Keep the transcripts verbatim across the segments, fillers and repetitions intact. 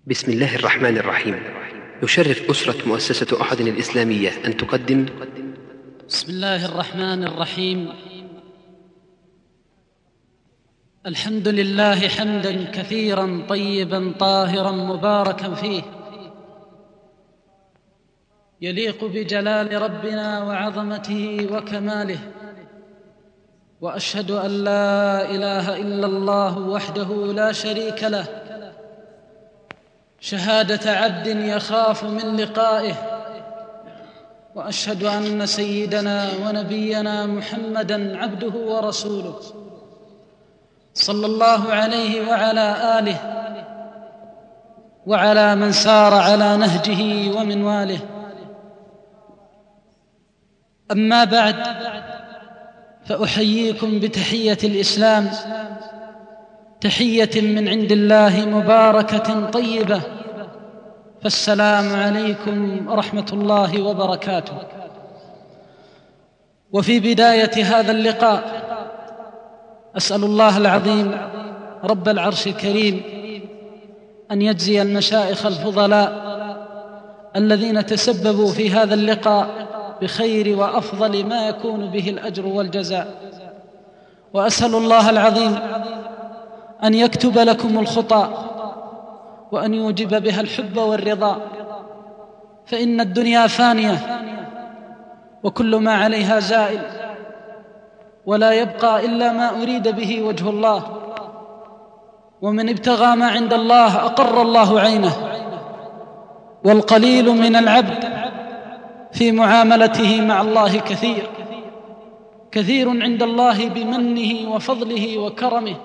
بسم الله الرحمن الرحيم. يشرف أسرة مؤسسة أحد الإسلامية أن تقدم بسم الله الرحمن الرحيم. الحمد لله حمدا كثيرا طيبا طاهرا مباركا فيه، يليق بجلال ربنا وعظمته وكماله. وأشهد أن لا إله إلا الله وحده لا شريك له، شهادة عبد يخاف من لقائه. وأشهد أن سيدنا ونبينا محمدًا عبده ورسوله، صلى الله عليه وعلى آله وعلى من سار على نهجه ومنواله. أما بعد، فأحييكم بتحية الإسلام، تحية من عند الله مباركة طيبة، فالسلام عليكم ورحمة الله وبركاته. وفي بداية هذا اللقاء أسأل الله العظيم رب العرش الكريم أن يجزي المشايخ الفضلاء الذين تسببوا في هذا اللقاء بخير وأفضل ما يكون به الأجر والجزاء. وأسأل الله العظيم أن يكتب لكم الخطى وأن يوجب بها الحب والرضا، فإن الدنيا فانية وكل ما عليها زائل، ولا يبقى إلا ما أريد به وجه الله. ومن ابتغى ما عند الله أقر الله عينه. والقليل من العبد في معاملته مع الله كثير كثير عند الله بمنه وفضله وكرمه.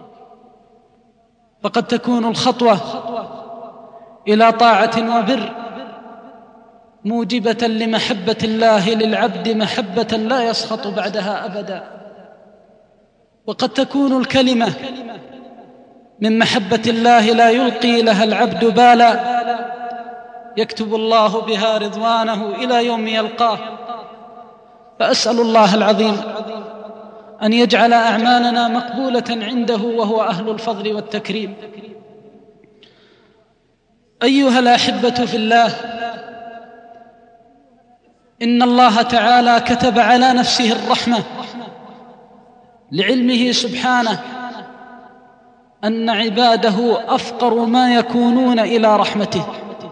فقد تكون الخطوة إلى طاعة وبر موجبة لمحبة الله للعبد محبة لا يسخط بعدها أبدا، وقد تكون الكلمة من محبة الله لا يلقي لها العبد بالا، يكتب الله بها رضوانه إلى يوم يلقاه. فأسأل الله العظيم أن يجعل أعمالنا مقبولة عنده وهو أهل الفضل والتكريم. أيها الأحبة في الله، إن الله تعالى كتب على نفسه الرحمة لعلمه سبحانه أن عباده أفقر ما يكونون إلى رحمته.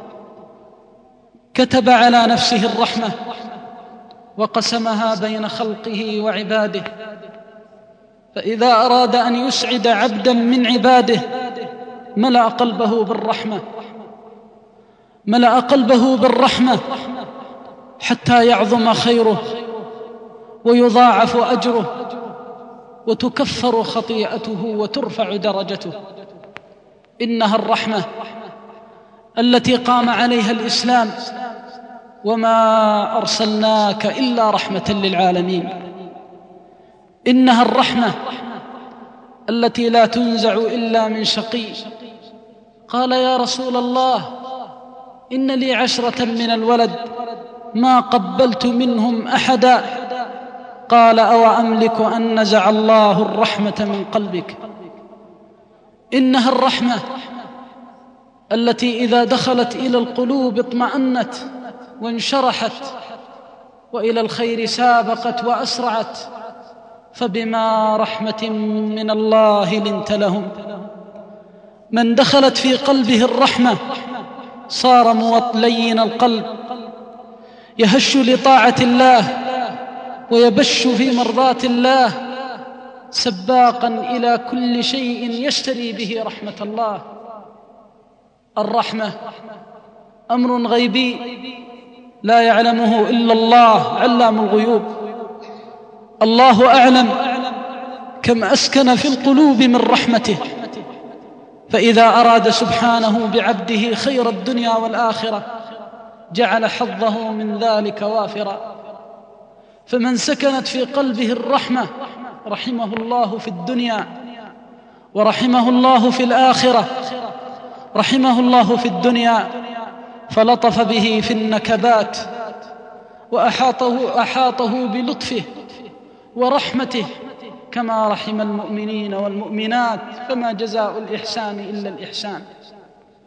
كتب على نفسه الرحمة وقسمها بين خلقه وعباده، فإذا أراد أن يسعد عبدا من عباده ملأ قلبه بالرحمة ملأ قلبه بالرحمة حتى يعظم خيره ويضاعف أجره وتكفر خطيئته وترفع درجته. إنها الرحمة التي قام عليها الإسلام، وما أرسلناك إلا رحمة للعالمين. إنها الرحمة التي لا تنزع إلا من شقي. قال يا رسول الله، إن لي عشرة من الولد ما قبلت منهم أحدا. قال أو أملك أن نزع الله الرحمة من قلبك. إنها الرحمة التي إذا دخلت إلى القلوب اطمأنت وانشرحت، وإلى الخير سابقت وأسرعت، فبما رحمة من الله لنت لهم. من دخلت في قلبه الرحمة صار لين القلب، يهش لطاعة الله ويبش في مرضاة الله، سباقا إلى كل شيء يشتري به رحمة الله. الرحمة أمر غيبي لا يعلمه إلا الله علام الغيوب. الله أعلم كم أسكن في القلوب من رحمته، فإذا أراد سبحانه بعبده خير الدنيا والآخرة جعل حظه من ذلك وافرا. فمن سكنت في قلبه الرحمة رحمه الله في الدنيا ورحمه الله في الآخرة. رحمه الله في الدنيا فلطف به في النكبات وأحاطه أحاطه بلطفه ورحمته، كما رحم المؤمنين والمؤمنات، فما جزاء الإحسان إلا الإحسان.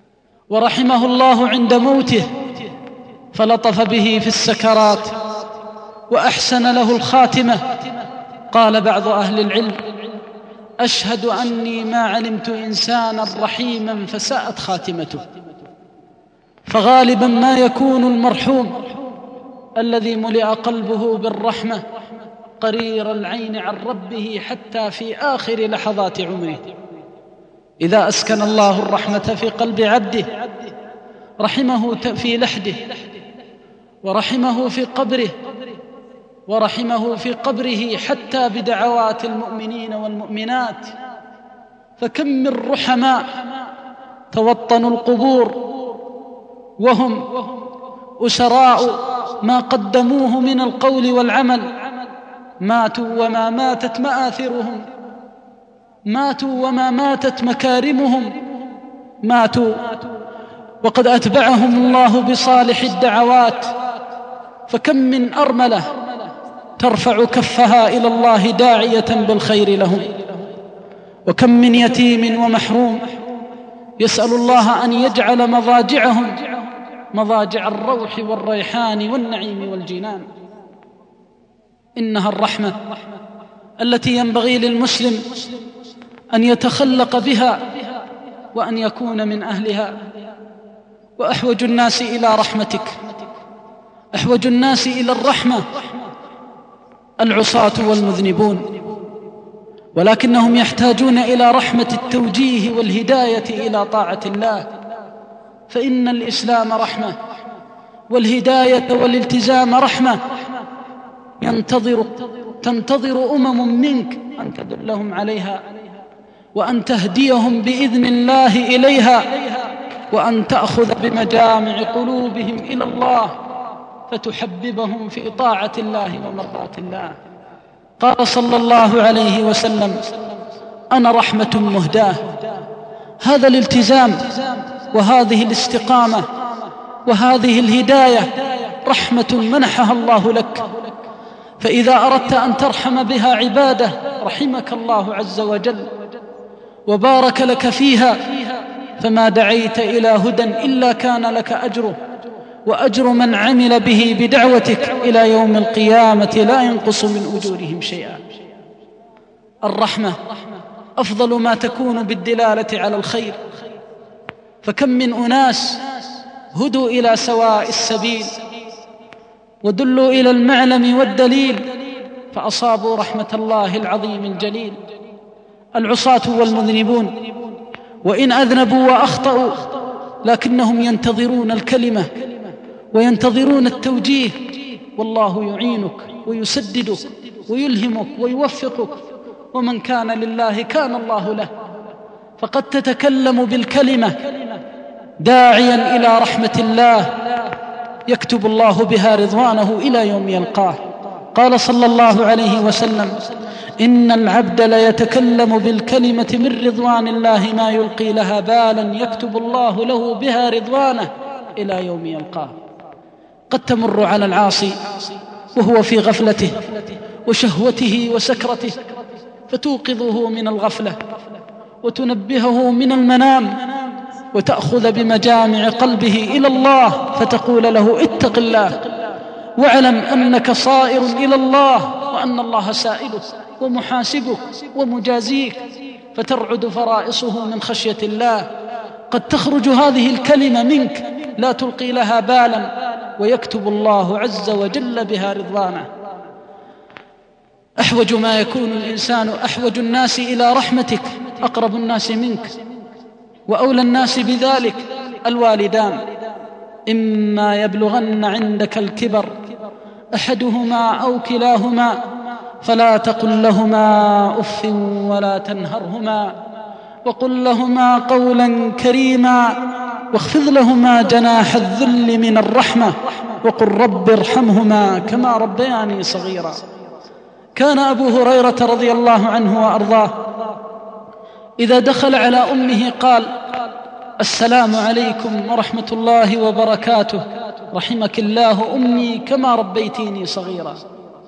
ورحمه الله عند موته فلطف به في السكرات وأحسن له الخاتمة. قال بعض أهل العلم: أشهد أني ما علمت إنسانا رحيما فساءت خاتمته. فغالبا ما يكون المرحوم الذي ملئ قلبه بالرحمة قرير العين عن ربه حتى في آخر لحظات عمره. إذا أسكن الله الرحمة في قلب عبده رحمه في لحده، ورحمه في قبره، ورحمه في قبره حتى بدعوات المؤمنين والمؤمنات. فكم من رحماء توطنوا القبور وهم أسراء ما قدموه من القول والعمل، ماتوا وما ماتت مآثرهم، ماتوا وما ماتت مكارمهم، ماتوا وقد أتبعهم الله بصالح الدعوات. فكم من أرملة ترفع كفها إلى الله داعية بالخير لهم، وكم من يتيم ومحروم يسأل الله أن يجعل مضاجعهم مضاجع الروح والريحان والنعيم والجنان. إنها الرحمة التي ينبغي للمسلم أن يتخلق بها وأن يكون من أهلها. وأحوج الناس إلى رحمتك، أحوج الناس إلى الرحمة العصاة والمذنبون، ولكنهم يحتاجون إلى رحمة التوجيه والهداية إلى طاعة الله. فإن الإسلام رحمة، والهداية والالتزام رحمة. ينتظر تنتظر أمم منك أن تدلهم عليها، وأن تهديهم بإذن الله إليها، وأن تأخذ بمجامع قلوبهم إلى الله فتحببهم في طاعة الله ومرضاة الله. قال صلى الله عليه وسلم: أنا رحمة مهداة. هذا الالتزام وهذه الاستقامة وهذه الهداية رحمة منحها الله لك، فإذا أردت أن ترحم بها عباده رحمك الله عز وجل وبارك لك فيها، فما دعيت إلى هدى إلا كان لك أجره، وأجر من عمل به بدعوتك إلى يوم القيامة لا ينقص من أجورهم شيئا. الرحمة أفضل ما تكون بالدلالة على الخير، فكم من أناس هدوا إلى سواء السبيل ودلوا إلى المعلم والدليل فأصابوا رحمة الله العظيم الجليل. العصاة والمذنبون وإن أذنبوا وأخطأوا لكنهم ينتظرون الكلمة وينتظرون التوجيه، والله يعينك ويسددك ويلهمك ويوفقك، ومن كان لله كان الله له. فقد تتكلم بالكلمة داعيا إلى رحمة الله يكتب الله بها رضوانه إلى يوم يلقاه. قال صلى الله عليه وسلم: إن العبد ليتكلم بالكلمة من رضوان الله ما يلقي لها بالا يكتب الله له بها رضوانه إلى يوم يلقاه. قد تمر على العاصي وهو في غفلته وشهوته وسكرته فتوقظه من الغفلة وتنبهه من المنام وتأخذ بمجامع قلبه إلى الله فتقول له: اتق الله واعلم أنك صائر إلى الله، وأن الله سائلك ومحاسبك ومجازيك، فترعد فرائصه من خشية الله. قد تخرج هذه الكلمة منك لا تلقي لها بالا ويكتب الله عز وجل بها رضوانه. أحوج ما يكون الإنسان، أحوج الناس إلى رحمتك أقرب الناس منك، وأولى الناس بذلك الوالدان. إما يبلغن عندك الكبر أحدهما أو كلاهما فلا تقل لهما أف ولا تنهرهما، وقل لهما قولا كريما، واخفض لهما جناح الذل من الرحمة، وقل رب ارحمهما كما ربياني صغيرا. كان أبو هريرة رضي الله عنه وأرضاه إذا دخل على أمه قال: السلام عليكم ورحمة الله وبركاته، رحمك الله أمي كما ربيتيني صغيرا.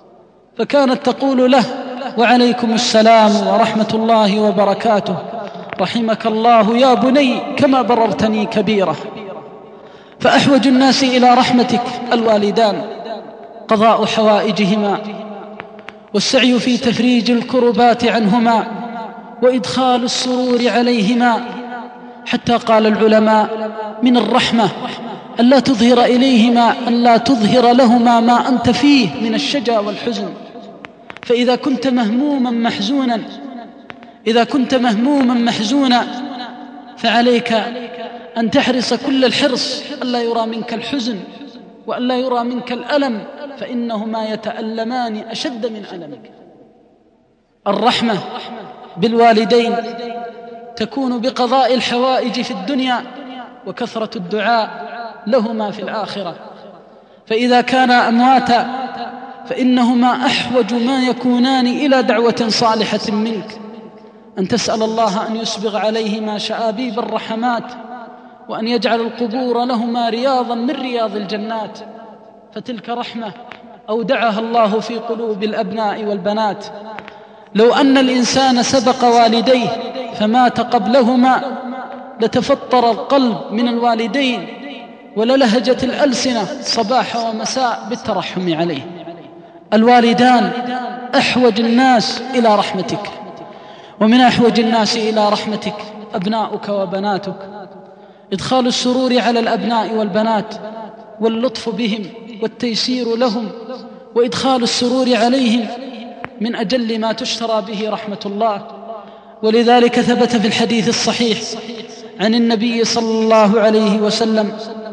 فكانت تقول له: وعليكم السلام ورحمة الله وبركاته، رحمك الله يا بني كما بررتني كبيرة. فأحوج الناس إلى رحمتك الوالدان، قضاء حوائجهما والسعي في تفريج الكربات عنهما وإدخال السرور عليهما، حتى قال العلماء من الرحمة ألا تظهر إليهما ألا تظهر لهما ما أنت فيه من الشجا والحزن. فإذا كنت مهموما محزونا إذا كنت مهموما محزونا فعليك أن تحرص كل الحرص ألا يرى منك الحزن وألا يرى منك الألم، فإنهما يتألمان أشد من ألمك. الرحمة بالوالدين تكون بقضاء الحوائج في الدنيا وكثرة الدعاء لهما في الآخرة، فإذا كانا أمواتا فإنهما أحوج ما يكونان إلى دعوة صالحة منك، أن تسأل الله أن يسبغ عليهما شآبيب الرحمات وأن يجعل القبور لهما رياضا من رياض الجنات، فتلك رحمة أودعها الله في قلوب الأبناء والبنات. لو أن الإنسان سبق والديه فمات قبلهما لتفطر القلب من الوالدين وللهجت الألسنة صباح ومساء بالترحم عليه. الوالدان أحوج الناس إلى رحمتك، ومن أحوج الناس إلى رحمتك أبناؤك وبناتك، إدخال السرور على الأبناء والبنات واللطف بهم والتيسير لهم وإدخال السرور عليهم من أجل ما تشترى به رحمة الله. ولذلك ثبت في الحديث الصحيح عن النبي صلى الله عليه وسلم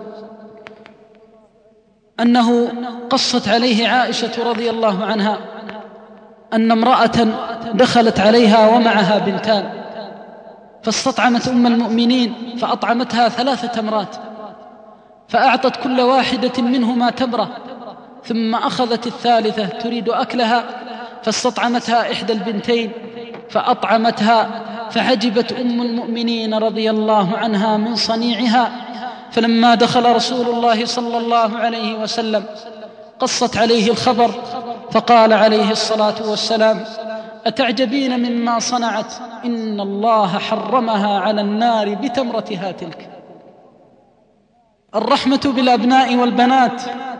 أنه قصت عليه عائشة رضي الله عنها أن امرأة دخلت عليها ومعها بنتان، فاستطعمت أم المؤمنين فأطعمتها ثلاث تمرات، فأعطت كل واحدة منهما تمرة، ثم أخذت الثالثة تريد أكلها فاستطعمتها إحدى البنتين فأطعمتها، فعجبت أم المؤمنين رضي الله عنها من صنيعها. فلما دخل رسول الله صلى الله عليه وسلم قصت عليه الخبر، فقال عليه الصلاة والسلام: أتعجبين مما صنعت؟ إن الله حرمها على النار بتمرتها تلك. الرحمة بالأبناء والبنات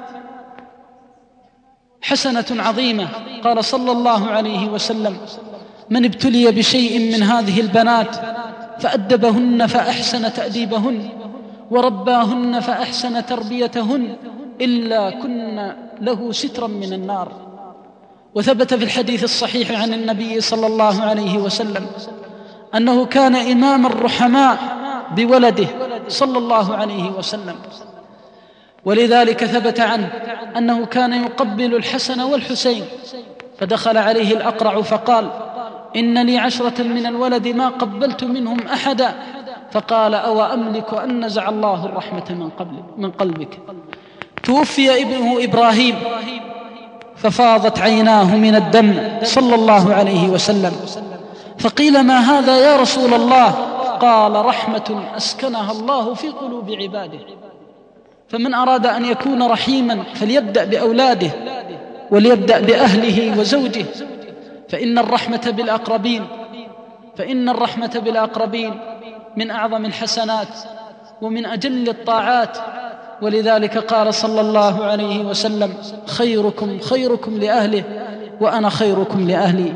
حسنة عظيمة. قال صلى الله عليه وسلم: من ابتلي بشيء من هذه البنات فأدبهن فأحسن تأديبهن ورباهن فأحسن تربيتهن إلا كن له سترا من النار. وثبت في الحديث الصحيح عن النبي صلى الله عليه وسلم أنه كان إمام الرحماء بولده صلى الله عليه وسلم، ولذلك ثبت عنه أنه كان يقبل الحسن والحسين، فدخل عليه الأقرع فقال: إن لي عشرة من الولد ما قبلت منهم أحدا، فقال: أو أملك أن نزع الله الرحمة من, قبل من قلبك. توفي ابنه إبراهيم ففاضت عيناه من الدم صلى الله عليه وسلم، فقيل: ما هذا يا رسول الله؟ قال: رحمة أسكنها الله في قلوب عباده. فمن أراد أن يكون رحيما فليبدأ بأولاده وليبدأ بأهله وزوجه، فإن الرحمة بالأقربين فإن الرحمة بالأقربين من أعظم الحسنات ومن أجل الطاعات. ولذلك قال صلى الله عليه وسلم: خيركم خيركم لأهله وأنا خيركم لأهلي.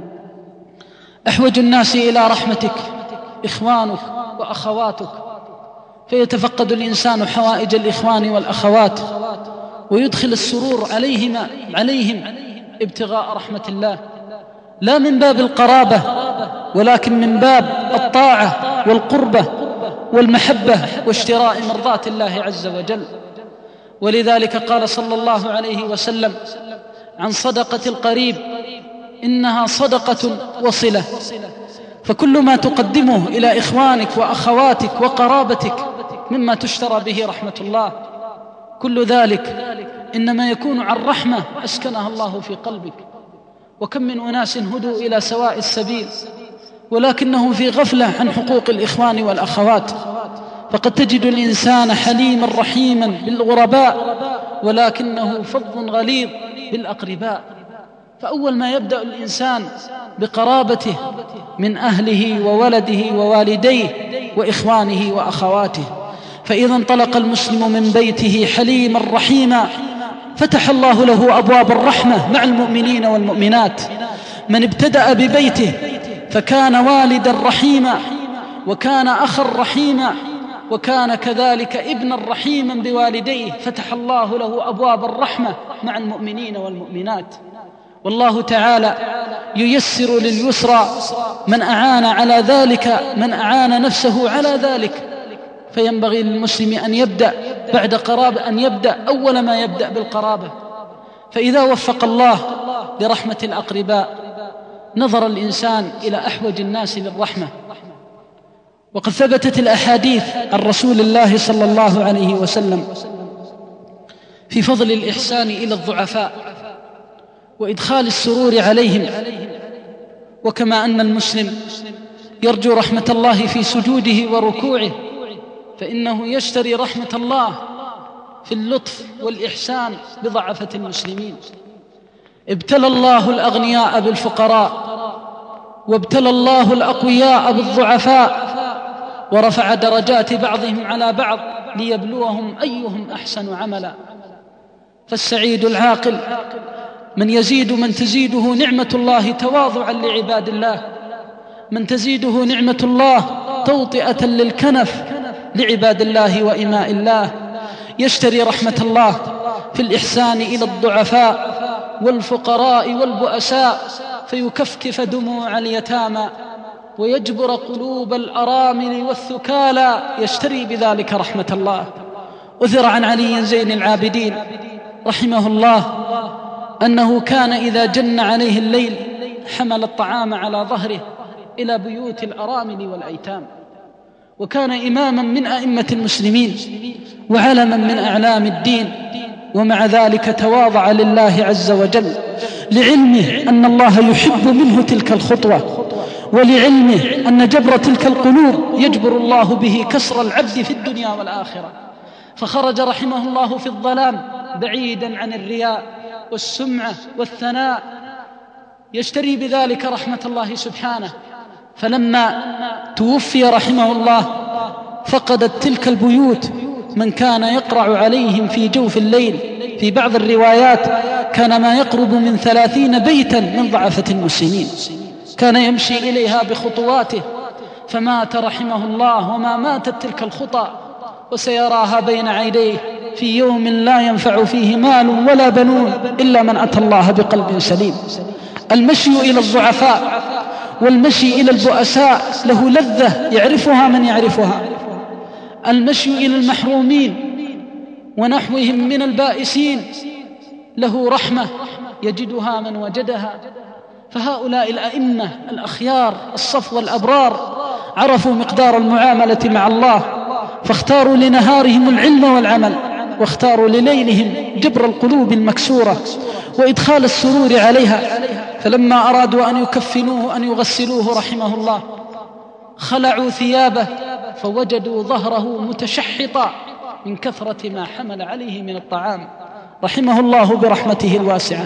أحوج الناس إلى رحمتك إخوانك وأخواتك، فيتفقد الإنسان حوائج الإخوان والأخوات ويدخل السرور عليهما عليهم ابتغاء رحمة الله، لا من باب القرابة ولكن من باب الطاعة والقربة والمحبة واشتراء مرضات الله عز وجل. ولذلك قال صلى الله عليه وسلم عن صدقة القريب: إنها صدقة وصلة. فكل ما تقدمه إلى إخوانك وأخواتك وقرابتك مما تشترى به رحمة الله، كل ذلك إنما يكون عن رحمة أسكنها الله في قلبك. وكم من أناس هدوا إلى سواء السبيل ولكنهم في غفلة عن حقوق الإخوان والأخوات، فقد تجد الإنسان حليما رحيما بالغرباء ولكنه فظ غليظ بالأقرباء. فأول ما يبدأ الإنسان بقرابته من أهله وولده ووالديه وإخوانه وأخواته. فإذا انطلق المسلم من بيته حليما رحيما فتح الله له أبواب الرحمة مع المؤمنين والمؤمنات. من ابتدأ ببيته فكان والدا رحيما، وكان أخا رحيما، وكان كذلك ابنا رحيما بوالديه، فتح الله له أبواب الرحمة مع المؤمنين والمؤمنات. والله تعالى ييسر لليسرى من أعان على ذلك، من أعان نفسه على ذلك. فينبغي للمسلم أن يبدأ بعد قرابة، أن يبدأ أول ما يبدأ بالقرابة. فإذا وفق الله لرحمة الأقرباء نظر الإنسان إلى أحوج الناس للرحمة. وقد ثبتت الأحاديث عن رسول الله صلى الله عليه وسلم في فضل الإحسان إلى الضعفاء وإدخال السرور عليهم. وكما أن المسلم يرجو رحمة الله في سجوده وركوعه، فإنه يشتري رحمة الله في اللطف والإحسان بضعفة المسلمين. ابتلى الله الأغنياء بالفقراء، وابتلى الله الأقوياء بالضعفاء، ورفع درجات بعضهم على بعض ليبلوهم أيهم أحسن عملا. فالسعيد العاقل من يزيد من تزيده نعمة الله تواضعا لعباد الله، من تزيده نعمة الله توطئة للكنف لعباد الله وإماء الله. يشتري رحمة الله في الإحسان إلى الضعفاء والفقراء والبؤساء، فيكفكف دموع اليتامى ويجبر قلوب الأرامل والثكالى، يشتري بذلك رحمة الله. أثر عن علي زين العابدين رحمه الله أنه كان إذا جن عليه الليل حمل الطعام على ظهره إلى بيوت الأرامل والأيتام. وكان إماما من أئمة المسلمين وعلما من أعلام الدين، ومع ذلك تواضع لله عز وجل لعلمه أن الله يحب منه تلك الخطوة، ولعلمه أن جبر تلك القلوب يجبر الله به كسر العبد في الدنيا والآخرة. فخرج رحمه الله في الظلام بعيدا عن الرياء والسمعة والثناء، يشتري بذلك رحمة الله سبحانه. فلما توفي رحمه الله فقدت تلك البيوت من كان يقرع عليهم في جوف الليل. في بعض الروايات كان ما يقرب من ثلاثين بيتا من ضعفة المسلمين، كان يمشي إليها بخطواته. فمات رحمه الله وما ماتت تلك الخطى، وسيراها بين عينيه في يوم لا ينفع فيه مال ولا بنون إلا من أتى الله بقلب سليم. المشي إلى الضعفاء والمشي إلى البؤساء له لذة يعرفها من يعرفها. المشي إلى المحرومين ونحوهم من البائسين له رحمة يجدها من وجدها. فهؤلاء الأئمة الأخيار الصفوة الأبرار عرفوا مقدار المعاملة مع الله، فاختاروا لنهارهم العلم والعمل، واختاروا لليلهم جبر القلوب المكسورة وإدخال السرور عليها. فلما أرادوا أن يكفنوه أن يغسلوه رحمه الله خلعوا ثيابه فوجدوا ظهره متشحطا من كثرة ما حمل عليه من الطعام، رحمه الله برحمته الواسعة.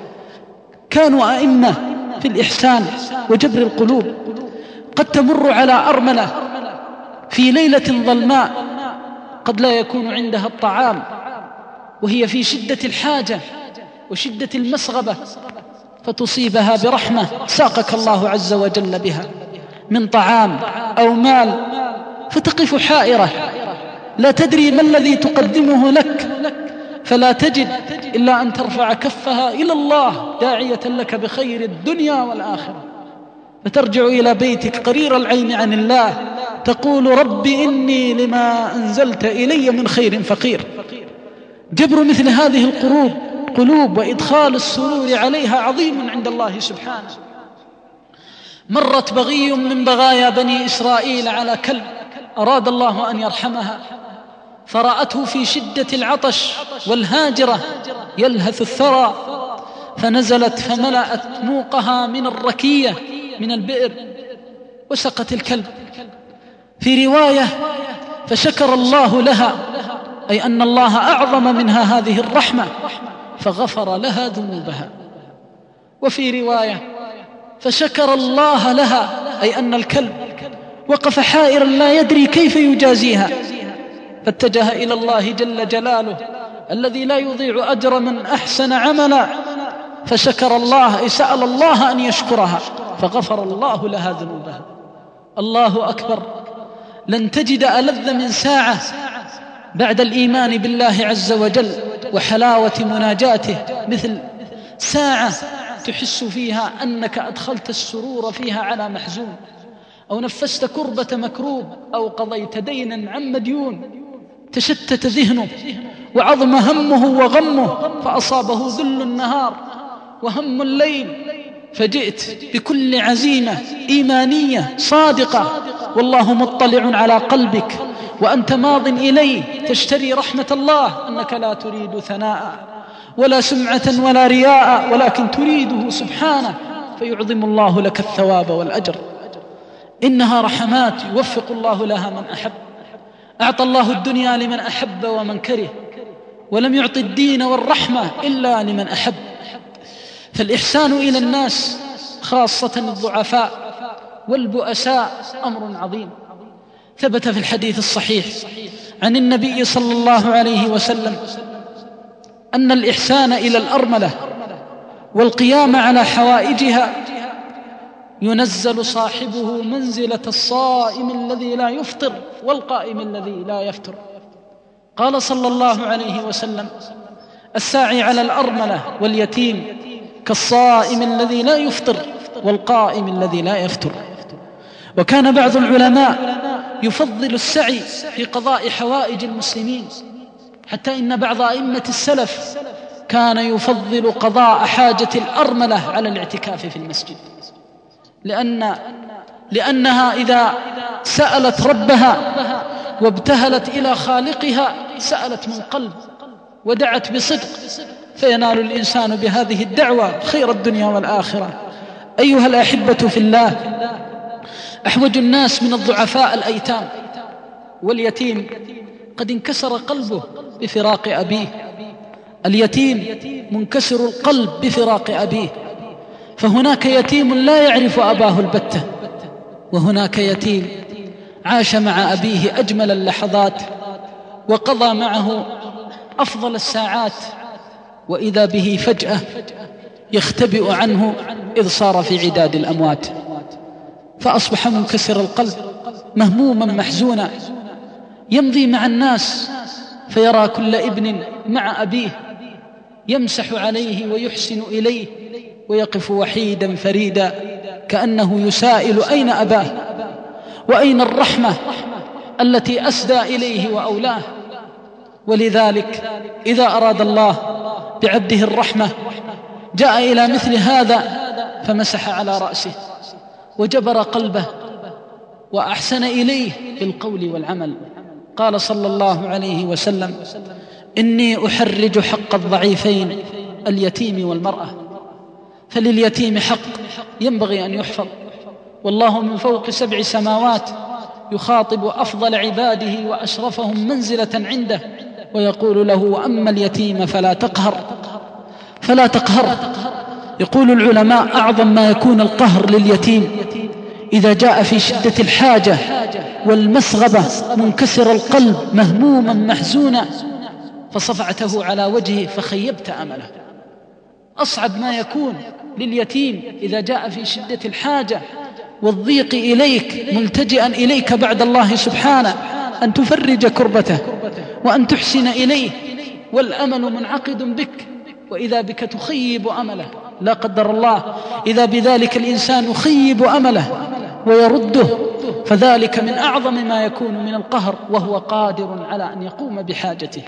كانوا أئمة في الإحسان وجبر القلوب. قد تمر على أرملة في ليلة ظلماء قد لا يكون عندها الطعام، وهي في شدة الحاجة وشدة المسغبة، فتصيبها برحمة ساقك الله عز وجل بها من طعام أو مال، فتقف حائرة لا تدري ما الذي تقدمه لك، فلا تجد إلا أن ترفع كفها إلى الله داعية لك بخير الدنيا والآخرة، فترجع إلى بيتك قرير العين عن الله تقول رب إني لما أنزلت إلي من خير فقير. جبر مثل هذه القلوب قلوب وإدخال السرور عليها عظيم عند الله سبحانه. مرت بغي من بغايا بني إسرائيل على كلب أراد الله أن يرحمها، فرأته في شدة العطش والهاجرة يلهث الثرى، فنزلت فملأت موقها من الركية من البئر وسقت الكلب. في رواية فشكر الله لها، أي أن الله أعظم منها هذه الرحمة فغفر لها ذنوبها. وفي رواية فشكر الله لها، أي أن الكلب وقف حائرا لا يدري كيف يجازيها، فاتجه إلى الله جل جلاله الذي لا يضيع أجر من أحسن عملا، فشكر الله، أي سأل الله أن يشكرها، فغفر الله لها ذنوبها. الله أكبر. لن تجد ألذ من ساعة بعد الإيمان بالله عز وجل وحلاوة مناجاته مثل ساعة تحس فيها أنك أدخلت السرور فيها على محزون، أو نفست كربة مكروب، أو قضيت دينا عن مديون، تشتت ذهنه وعظم همه وغمه، فأصابه ذل النهار وهم الليل، فجئت بكل عزيمة إيمانية صادقة والله مطلع على قلبك وأنت ماض إليه، تشتري رحمة الله، أنك لا تريد ثناء ولا سمعة ولا رياء، ولكن تريده سبحانه، فيعظم الله لك الثواب والأجر. إنها رحمات يوفق الله لها من أحب. أعطى الله الدنيا لمن أحب ومن كره، ولم يعط الدين والرحمة إلا لمن أحب. فالإحسان إلى الناس خاصة الضعفاء والبؤساء أمر عظيم. ثبت في الحديث الصحيح عن النبي صلى الله عليه وسلم أن الإحسان إلى الأرملة والقيام على حوائجها ينزل صاحبه منزلة الصائم الذي لا يفطر والقائم الذي لا يفتر. قال صلى الله عليه وسلم: الساعي على الأرملة واليتيم كالصائم الذي لا يفطر والقائم الذي لا يفتر. وكان بعض العلماء يفضل السعي في قضاء حوائج المسلمين، حتى إن بعض أئمة السلف كان يفضل قضاء حاجة الأرملة على الاعتكاف في المسجد، لأن لأنها إذا سألت ربها وابتهلت إلى خالقها سألت من قلب ودعت بصدق، فينال الإنسان بهذه الدعوة خير الدنيا والآخرة. أيها الأحبة في الله، أحوج الناس من الضعفاء الأيتام، واليتيم قد انكسر قلبه بفراق أبيه. اليتيم منكسر القلب بفراق أبيه، فهناك يتيم لا يعرف أباه البتة، وهناك يتيم عاش مع أبيه أجمل اللحظات وقضى معه أفضل الساعات، وإذا به فجأة يختبئ عنه إذ صار في عداد الأموات، فأصبح منكسر القلب مهموما محزونا، يمضي مع الناس فيرى كل ابن مع أبيه يمسح عليه ويحسن إليه، ويقف وحيدا فريدا كأنه يسائل أين أباه وأين الرحمة التي أسدى إليه وأولاه. ولذلك إذا أراد الله بعبده الرحمة جاء إلى مثل هذا فمسح على رأسه وجبر قلبه وأحسن إليه بالقول والعمل. قال صلى الله عليه وسلم: إني أحرج حق الضعيفين اليتيم والمرأة. فلليتيم حق ينبغي أن يحفظ، والله من فوق سبع سماوات يخاطب أفضل عباده وأشرفهم منزلة عنده ويقول له: وأما اليتيم فلا تقهر فلا تقهر. يقول العلماء: أعظم ما يكون القهر لليتيم إذا جاء في شدة الحاجة والمسغبة منكسر القلب مهموما محزونا فصفعته على وجهه فخيبت أمله. أصعب ما يكون لليتيم إذا جاء في شدة الحاجة والضيق إليك ملتجئا إليك بعد الله سبحانه أن تفرج كربته وأن تحسن إليه، والأمل منعقد بك، وإذا بك تخيب أمله، لا قدر الله إذا بذلك الإنسان يخيب أمله ويرده، فذلك من أعظم ما يكون من القهر، وهو قادر على أن يقوم بحاجته.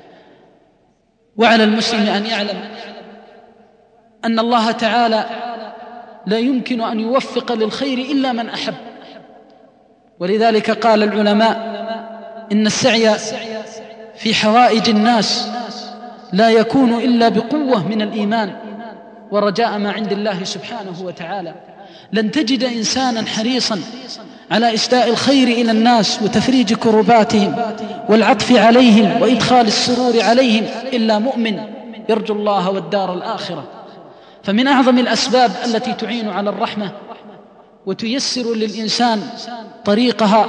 وعلى المسلم أن يعلم أن الله تعالى لا يمكن أن يوفق للخير إلا من أحب، ولذلك قال العلماء: إن السعي في حوائج الناس لا يكون إلا بقوة من الإيمان ورجاء ما عند الله سبحانه وتعالى. لن تجد إنسانا حريصا على إسداء الخير إلى الناس وتفريج كرباتهم والعطف عليهم وإدخال السرور عليهم إلا مؤمن يرجو الله والدار الآخرة. فمن أعظم الأسباب التي تعين على الرحمة وتيسر للإنسان طريقها،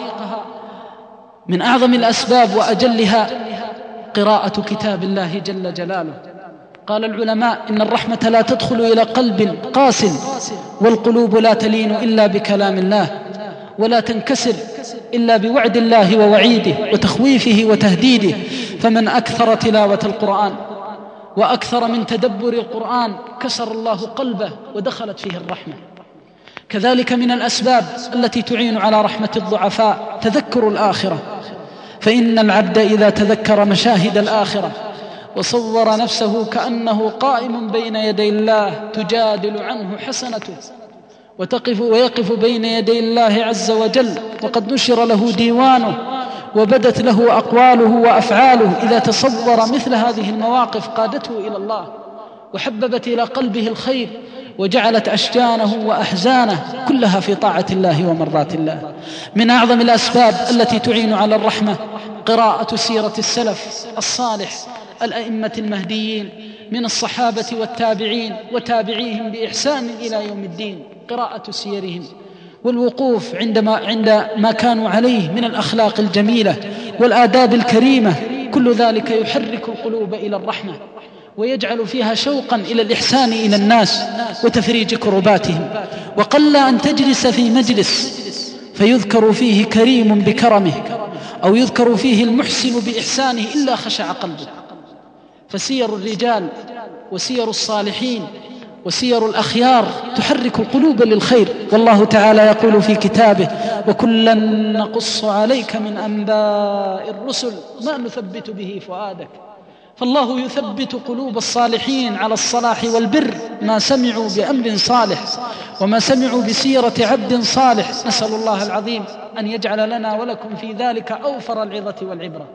من أعظم الأسباب وأجلها قراءة كتاب الله جل جلاله. قال العلماء إن الرحمة لا تدخل إلى قلب قاس، والقلوب لا تلين إلا بكلام الله، ولا تنكسر إلا بوعد الله ووعيده وتخويفه وتهديده. فمن أكثر تلاوة القرآن وأكثر من تدبر القرآن كسر الله قلبه ودخلت فيه الرحمة. كذلك من الأسباب التي تعين على رحمة الضعفاء تذكر الآخرة، فإن العبد إذا تذكر مشاهد الآخرة وصور نفسه كأنه قائم بين يدي الله تجادل عنه حسنته، وتقف ويقف بين يدي الله عز وجل وقد نشر له ديوانه وبدت له أقواله وأفعاله، إذا تصور مثل هذه المواقف قادته إلى الله وحببت إلى قلبه الخير وجعلت أشجانه وأحزانه كلها في طاعة الله ومرضات الله. من أعظم الأسباب التي تعين على الرحمة قراءة سيرة السلف الصالح الأئمة المهديين من الصحابة والتابعين وتابعيهم بإحسان إلى يوم الدين، قراءة سيرهم والوقوف عندما عند ما كانوا عليه من الأخلاق الجميلة والآداب الكريمة، كل ذلك يحرك القلوب إلى الرحمة ويجعل فيها شوقا إلى الإحسان إلى الناس وتفريج كرباتهم. وقل أن تجلس في مجلس فيذكر فيه كريم بكرمه أو يذكر فيه المحسن بإحسانه إلا خشع قلبه. فسير الرجال وسير الصالحين وسير الأخيار تحرك القلوب للخير. والله تعالى يقول في كتابه: وكلا نقص عليك من أنباء الرسل ما نثبت به فؤادك. فالله يثبت قلوب الصالحين على الصلاح والبر ما سمعوا بأمر صالح وما سمعوا بسيرة عبد صالح. نسأل الله العظيم أن يجعل لنا ولكم في ذلك أوفر العظة والعبرة.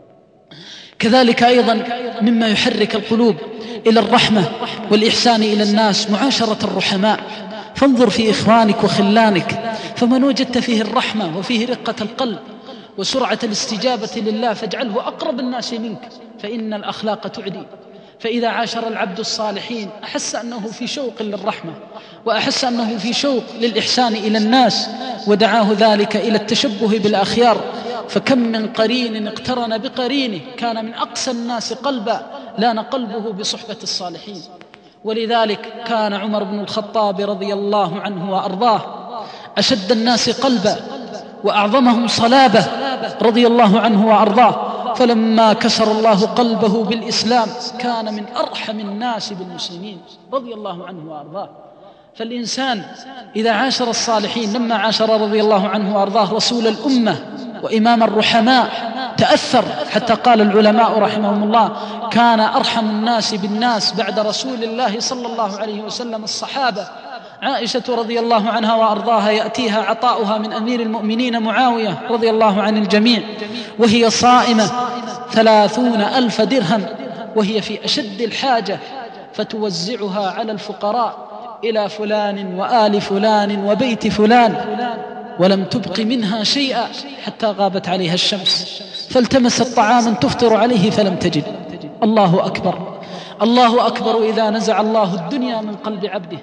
كذلك أيضا مما يحرك القلوب إلى الرحمة والإحسان إلى الناس معاشرة الرحماء. فانظر في إخوانك وخلانك، فمن وجدت فيه الرحمة وفيه رقة القلب وسرعة الاستجابة لله فاجعله أقرب الناس منك، فإن الأخلاق تعدي. فإذا عاشر العبد الصالحين أحس أنه في شوق للرحمة وأحس أنه في شوق للإحسان إلى الناس، ودعاه ذلك إلى التشبه بالأخيار. فكم من قرين اقترن بقرينه كان من أقسى الناس قلبا لان قلبه بصحبة الصالحين. ولذلك كان عمر بن الخطاب رضي الله عنه وأرضاه أشد الناس قلبا وأعظمهم صلابة رضي الله عنه وأرضاه، فلما كسر الله قلبه بالإسلام كان من أرحم الناس بالمسلمين رضي الله عنه وأرضاه. فالإنسان إذا عاشر الصالحين، لما عاشر رضي الله عنه وأرضاه رسول الأمة وإمام الرحماء تأثر، حتى قال العلماء رحمهم الله: كان أرحم الناس بالناس بعد رسول الله صلى الله عليه وسلم الصحابة. عائشة رضي الله عنها وأرضاها يأتيها عطاؤها من أمير المؤمنين معاوية رضي الله عن الجميع وهي صائمة ثلاثون ألف درهم وهي في أشد الحاجة، فتوزعها على الفقراء إلى فلان وآل فلان وبيت فلان، ولم تبق منها شيئا حتى غابت عليها الشمس، فالتمست طعاما تفطر عليه فلم تجد. الله أكبر، الله أكبر إذا نزع الله الدنيا من قلب عبده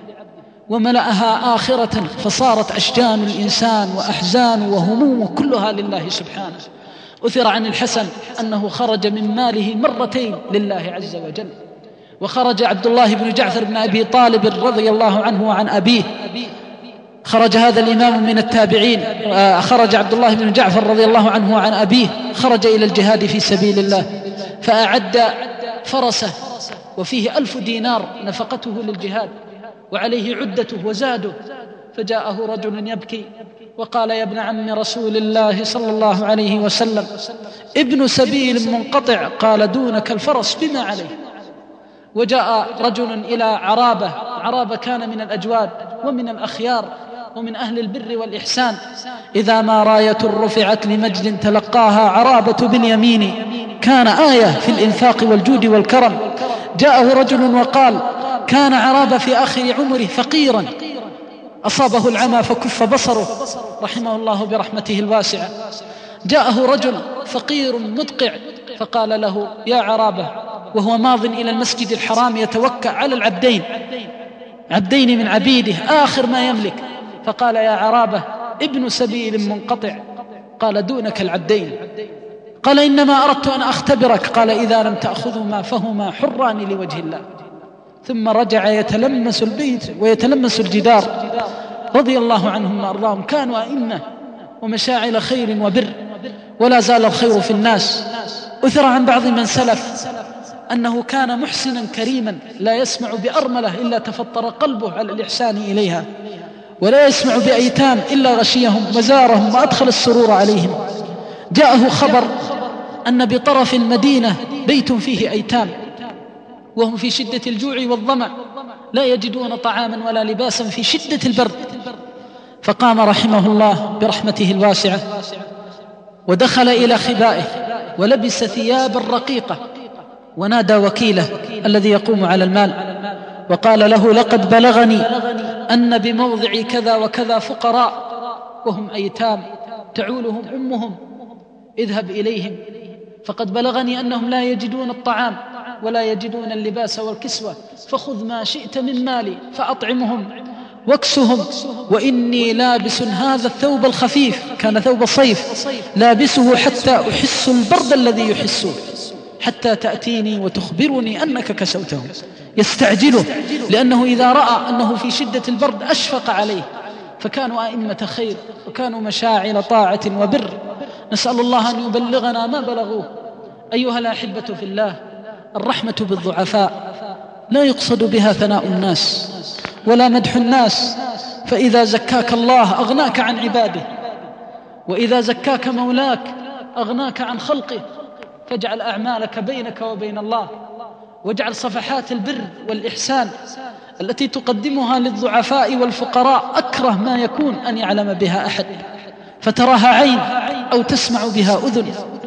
وملأها آخرة، فصارت أشجان الإنسان وأحزان وهموم كلها لله سبحانه. أثر عن الحسن أنه خرج من ماله مرتين لله عز وجل. وخرج عبد الله بن جعفر بن أبي طالب رضي الله عنه وعن أبيه، خرج هذا الإمام من التابعين، خرج عبد الله بن جعفر رضي الله عنه وعن أبيه، خرج إلى الجهاد في سبيل الله فأعد فرسه وفيه ألف دينار نفقته للجهاد وعليه عدته وزاده، فجاءه رجل يبكي وقال: يا ابن عم رسول الله صلى الله عليه وسلم، ابن سبيل منقطع. قال: دونك الفرس بما عليه. وجاء رجل إلى عرابة، عرابة كان من الأجواد ومن الأخيار ومن أهل البر والإحسان. إذا ما راية رفعت لمجد تلقاها عرابة باليمين، كان آية في الإنفاق والجود والكرم. جاءه رجل وقال: كان عرابة في آخر عمره فقيرا أصابه العمى فكف بصره رحمه الله برحمته الواسعة. جاءه رجل فقير مدقع فقال له: يا عرابة، وهو ماض إلى المسجد الحرام يتوكأ على العبدين، عبدين من عبيده آخر ما يملك، فقال يا عرابة ابن سبيل منقطع، قال دونك العبدين. قال إنما أردت أن أختبرك، قال إذا لم تأخذهما فهما حران لوجه الله. ثم رجع يتلمس البيت ويتلمس الجدار رضي الله عنهم وأرضاهم. كانوا أئمة ومشاعل خير وبر، ولا زال الخير في الناس. أثر عن بعض من سلف أنه كان محسنا كريما لا يسمع بأرملة إلا تفطر قلبه على الإحسان إليها، ولا يسمع بأيتام إلا غشيهم وزارهم وأدخل السرور عليهم. جاءه خبر أن بطرف المدينة بيت فيه أيتام وهم في شدة الجوع والظمأ، لا يجدون طعاما ولا لباسا في شدة البرد. فقام رحمه الله برحمته الواسعة ودخل إلى خبائه ولبس ثيابا رقيقة، ونادى وكيله الذي يقوم على المال وقال له لقد بلغني أن بموضع كذا وكذا فقراء وهم أيتام تعولهم أمهم، اذهب إليهم، فقد بلغني أنهم لا يجدون الطعام ولا يجدون اللباس والكسوة، فخذ ما شئت من مالي فأطعمهم واكسهم، وإني لابس هذا الثوب الخفيف، كان ثوب الصيف، لابسه حتى أحس البرد الذي يحسون، حتى تأتيني وتخبرني أنك كسوته. يستعجله لأنه إذا رأى أنه في شدة البرد أشفق عليه. فكانوا أئمة خير وكانوا مشاعل طاعة وبر. نسأل الله أن يبلغنا ما بلغوه. أيها الأحبة في الله، الرحمة بالضعفاء لا يقصد بها ثناء الناس ولا مدح الناس، فإذا زكاك الله أغناك عن عباده، وإذا زكاك مولاك أغناك عن خلقه. فاجعل أعمالك بينك وبين الله، واجعل صفحات البر والإحسان التي تقدمها للضعفاء والفقراء أكره ما يكون أن يعلم بها أحد، فتراها عين أو تسمع بها أذن.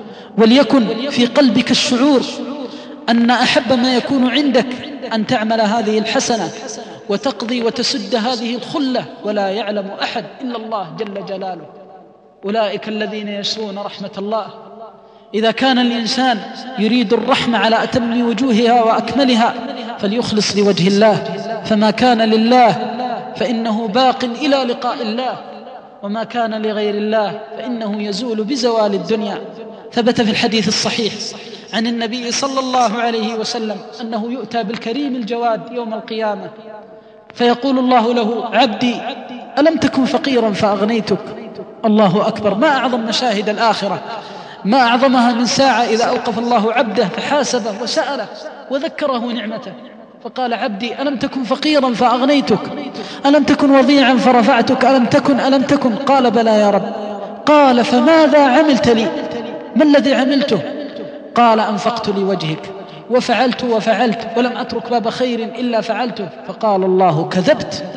وليكن في قلبك الشعور أن أحب ما يكون عندك أن تعمل هذه الحسنة وتقضي وتسد هذه الخلة، ولا يعلم أحد إلا الله جل جلاله. أولئك الذين يشرون رحمة الله. إذا كان الإنسان يريد الرحمة على أتم وجوهها وأكملها فليخلص لوجه الله، فما كان لله فإنه باق إلى لقاء الله، وما كان لغير الله فإنه يزول بزوال الدنيا. ثبت في الحديث الصحيح عن النبي صلى الله عليه وسلم أنه يؤتى بالكريم الجواد يوم القيامة فيقول الله له عبدي ألم تكن فقيرا فأغنيتك. الله أكبر، ما أعظم مشاهد الآخرة، ما أعظمها من ساعة إذا أوقف الله عبده فحاسبه وسأله وذكره نعمته، فقال عبدي ألم تكن فقيرا فأغنيتك، ألم تكن وضيعا فرفعتك، ألم تكن ألم تكن قال بلى يا رب. قال فماذا عملت لي؟ ما الذي عملته؟ قال أنفقت لوجهك وفعلت وفعلت ولم أترك باب خير إلا فعلته. فقال الله كذبت،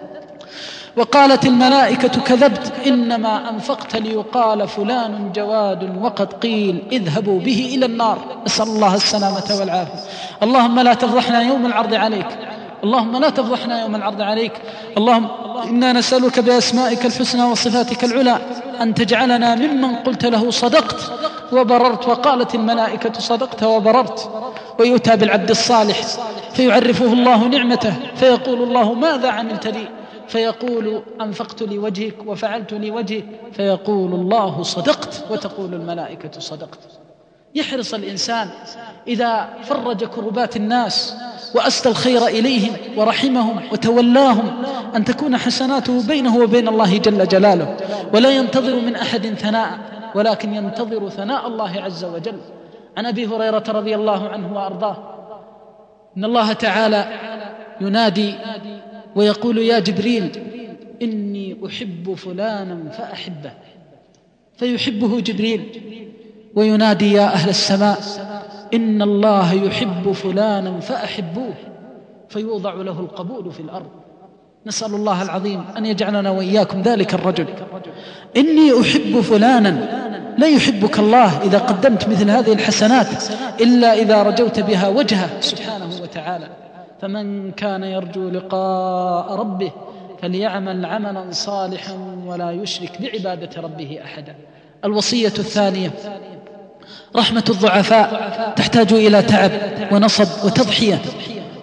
وقالت الملائكة كذبت، إنما أنفقت ليقال فلان جواد وقد قيل اذهبوا به إلى النار. نسأل الله السلامة والعافية. اللهم لا تفضحنا يوم العرض عليك، اللهم لا تفضحنا يوم العرض عليك. اللهم إنا نسألك بأسمائك الحسنى وصفاتك العلى أن تجعلنا ممن قلت له صدقت وبررت، وقالت الملائكة صدقت وبررت. ويؤتى بالعبد الصالح فيعرفه الله نعمته فيقول الله ماذا عملت لي؟ فيقول أنفقت لوجهك وفعلت لوجهك، فيقول الله صدقت، وتقول الملائكة صدقت. يحرص الإنسان إذا فرج كربات الناس وأسدى الخير إليهم ورحمهم وتولاهم أن تكون حسناته بينه وبين الله جل جلاله، ولا ينتظر من أحد ثناء، ولكن ينتظر ثناء الله عز وجل. عن أبي هريرة رضي الله عنه وأرضاه إن الله تعالى ينادي ويقول يا جبريل إني أحب فلانا فأحبه، فيحبه جبريل، وينادي يا أهل السماء إن الله يحب فلانا فأحبوه، فيوضع له القبول في الأرض. نسأل الله العظيم أن يجعلنا وإياكم ذلك الرجل. إني أحب فلانا، لا يحبك الله إذا قدمت مثل هذه الحسنات إلا إذا رجوت بها وجهه سبحانه وتعالى. فمن كان يرجو لقاء ربه فليعمل عملا صالحا ولا يشرك بعبادة ربه أحدا. الوصية الثانية رحمة الضعفاء تحتاج إلى تعب ونصب وتضحية،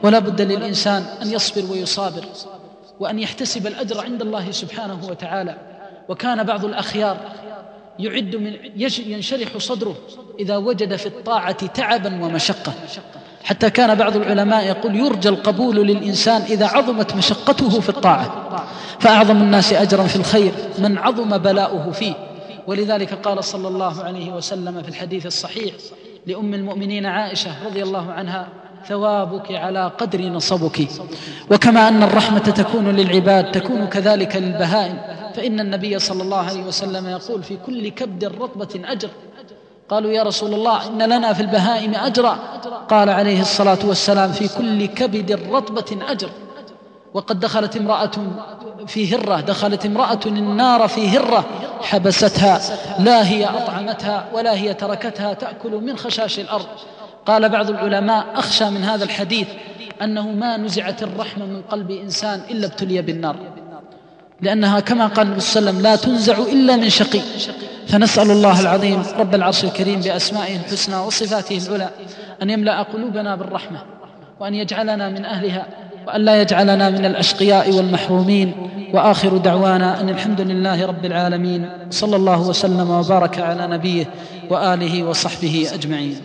ولا بد للإنسان أن يصبر ويصابر وأن يحتسب الأجر عند الله سبحانه وتعالى. وكان بعض الأخيار يعد من ينشرح صدره إذا وجد في الطاعة تعبا ومشقة، حتى كان بعض العلماء يقول يرجى القبول للإنسان إذا عظمت مشقته في الطاعة، فأعظم الناس أجرا في الخير من عظم بلاؤه فيه. ولذلك قال صلى الله عليه وسلم في الحديث الصحيح لأم المؤمنين عائشة رضي الله عنها: ثوابك على قدر نصبك. وكما أن الرحمة تكون للعباد تكون كذلك للبهائم، فإن النبي صلى الله عليه وسلم يقول: في كل كبد رطبة أجر. قالوا: يا رسول الله إن لنا في البهائم أجرا. قال عليه الصلاة والسلام: في كل كبد رطبة أجر. وقد دخلت امرأة في هرة دخلت امرأة النار في هرة حبستها، لا هي أطعمتها ولا هي تركتها تأكل من خشاش الأرض. قال بعض العلماء: أخشى من هذا الحديث أنه ما نزعت الرحمة من قلب إنسان إلا ابتلي بالنار، لأنها كما قال النبي صلى الله عليه وسلم: لا تنزع إلا من شقي. فنسأل الله العظيم رب العرش الكريم بأسمائه الحسنى وصفاته العلى أن يملأ قلوبنا بالرحمة، وأن يجعلنا من أهلها، وأن لا يجعلنا من الأشقياء والمحرومين. وآخر دعوانا أن الحمد لله رب العالمين، صلى الله وسلم وبارك على نبيه وآله وصحبه أجمعين.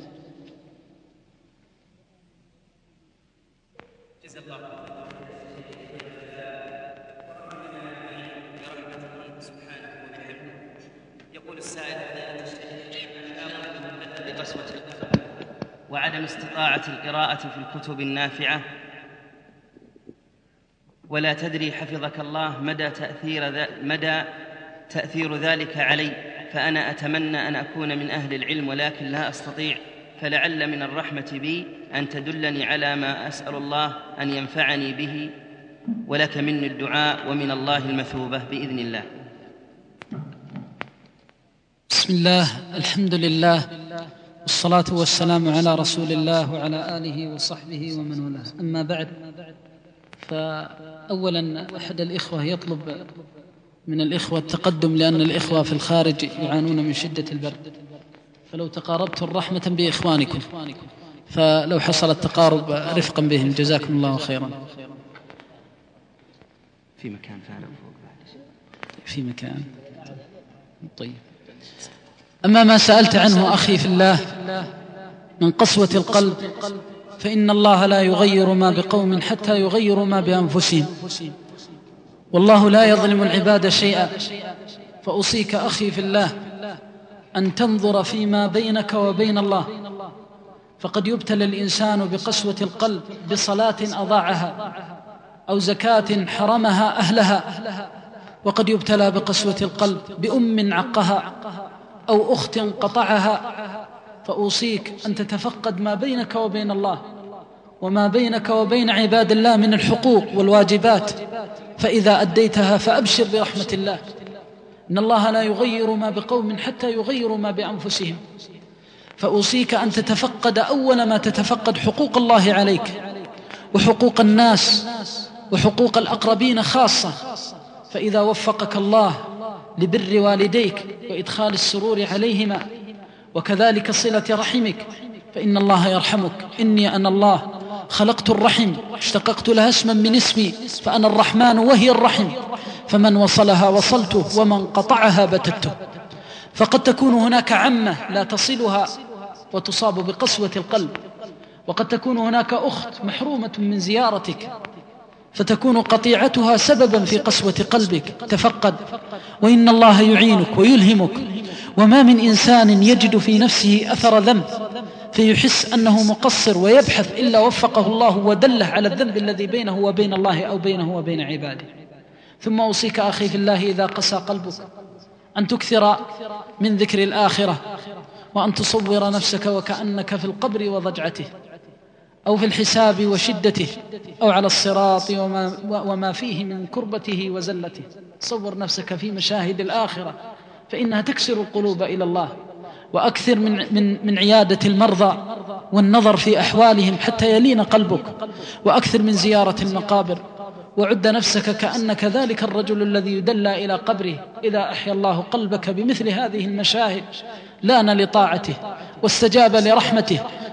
وعدم استطاعة القراءة في الكتب النافعة، ولا تدري حفظك الله مدى تأثير, مدى تأثير ذلك علي، فأنا أتمنى أن أكون من أهل العلم ولكن لا أستطيع، فلعل من الرحمة بي أن تدلني على ما أسأل الله أن ينفعني به، ولك مني الدعاء ومن الله المثوبة بإذن الله. بسم الله، الحمد لله، والصلاة والسلام على رسول الله وعلى آله وصحبه ومن والاه. أما بعد، فأولا أحد الإخوة يطلب من الإخوة التقدم، لأن الإخوة في الخارج يعانون من شدة البرد، فلو تقاربتم رحمة بإخوانكم، فلو حصل التقارب رفقا بهم جزاكم الله خيرا. في مكان فعلا فوق في مكان طيب. أما ما سألت عنه أخي في الله من قسوة القلب، فإن الله لا يغير ما بقوم حتى يغيروا ما بأنفسهم، والله لا يظلم العباد شيئا. فأوصيك أخي في الله أن تنظر فيما بينك وبين الله، فقد يبتلى الإنسان بقسوة القلب بصلاة أضاعها أو زكاة حرمها أهلها، وقد يبتلى بقسوة القلب بأم عقها أو أخت قطعها. فأوصيك أن تتفقد ما بينك وبين الله وما بينك وبين عباد الله من الحقوق والواجبات، فإذا أديتها فأبشر برحمة الله. إن الله لا يغير ما بقوم حتى يغيروا ما بأنفسهم. فأوصيك أن تتفقد أول ما تتفقد حقوق الله عليك وحقوق الناس وحقوق الأقربين خاصة، فإذا وفقك الله لبر والديك وإدخال السرور عليهما وكذلك صلة رحمك فإن الله يرحمك. إني أنا الله خلقت الرحم اشتققت لها اسما من اسمي، فأنا الرحمن وهي الرحم، فمن وصلها وصلته ومن قطعها بتته. فقد تكون هناك عمة لا تصلها وتصاب بقسوة القلب، وقد تكون هناك أخت محرومة من زيارتك فتكون قطيعتها سببا في قسوة قلبك. تفقد، وإن الله يعينك ويلهمك. وما من إنسان يجد في نفسه أثر ذنب فيحس أنه مقصر ويبحث إلا وفقه الله ودله على الذنب الذي بينه وبين الله أو بينه وبين عباده. ثم أوصيك أخي في الله إذا قسى قلبك أن تكثر من ذكر الآخرة، وأن تصور نفسك وكأنك في القبر وضجعته أو في الحساب وشدته أو على الصراط وما, وما فيه من كربته وزلته. صور نفسك في مشاهد الآخرة فإنها تكسر القلوب إلى الله. وأكثر من, من, من عيادة المرضى والنظر في أحوالهم حتى يلين قلبك، وأكثر من زيارة المقابر. وعد نفسك كأنك ذلك الرجل الذي يدلى إلى قبره إذا أحيا الله قلبك بمثل هذه المشاهد لان لطاعته واستجاب لرحمته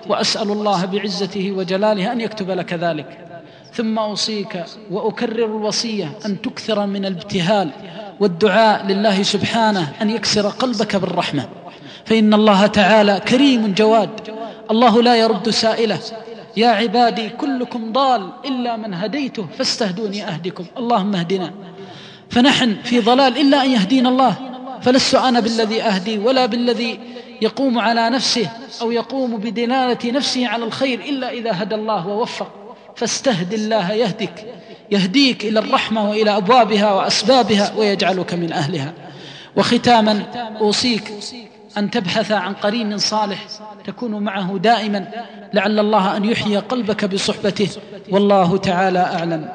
وأسأل الله بعزته وجلاله أن يكتب لك ذلك. ثم أوصيك وأكرر الوصية أن تكثر من الابتهال والدعاء لله سبحانه أن يكسر قلبك بالرحمة، فإن الله تعالى كريم جواد، الله لا يرد سائله. يا عبادي كلكم ضال إلا من هديته فاستهدوني أهدكم. اللهم اهدنا، فنحن في ضلال إلا أن يهدينا الله، فلست أنا بالذي أهدي ولا بالذي يقوم على نفسه أو يقوم بدلالة نفسه على الخير إلا إذا هدى الله ووفق. فاستهد الله يهدك، يهديك إلى الرحمة وإلى أبوابها وأسبابها ويجعلك من أهلها. وختاما أوصيك أن تبحث عن قرين صالح تكون معه دائما، لعل الله أن يحيي قلبك بصحبته، والله تعالى أعلم.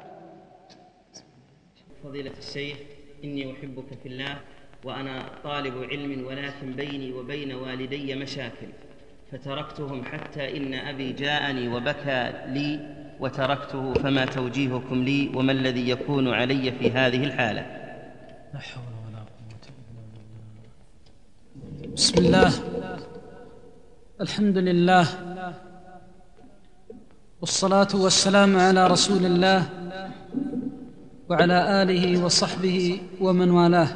فضيلة الشيخ، إني أحبك في الله وأنا طالب علم، ولكن بيني وبين والدي مشاكل فتركتهم حتى إن أبي جاءني وبكى لي وتركته، فما توجيهكم لي وما الذي يكون علي في هذه الحالة؟ لا حول ولا قوة إلا بالله. بسم الله، الحمد لله، والصلاة والسلام على رسول الله وعلى آله وصحبه ومن والاه.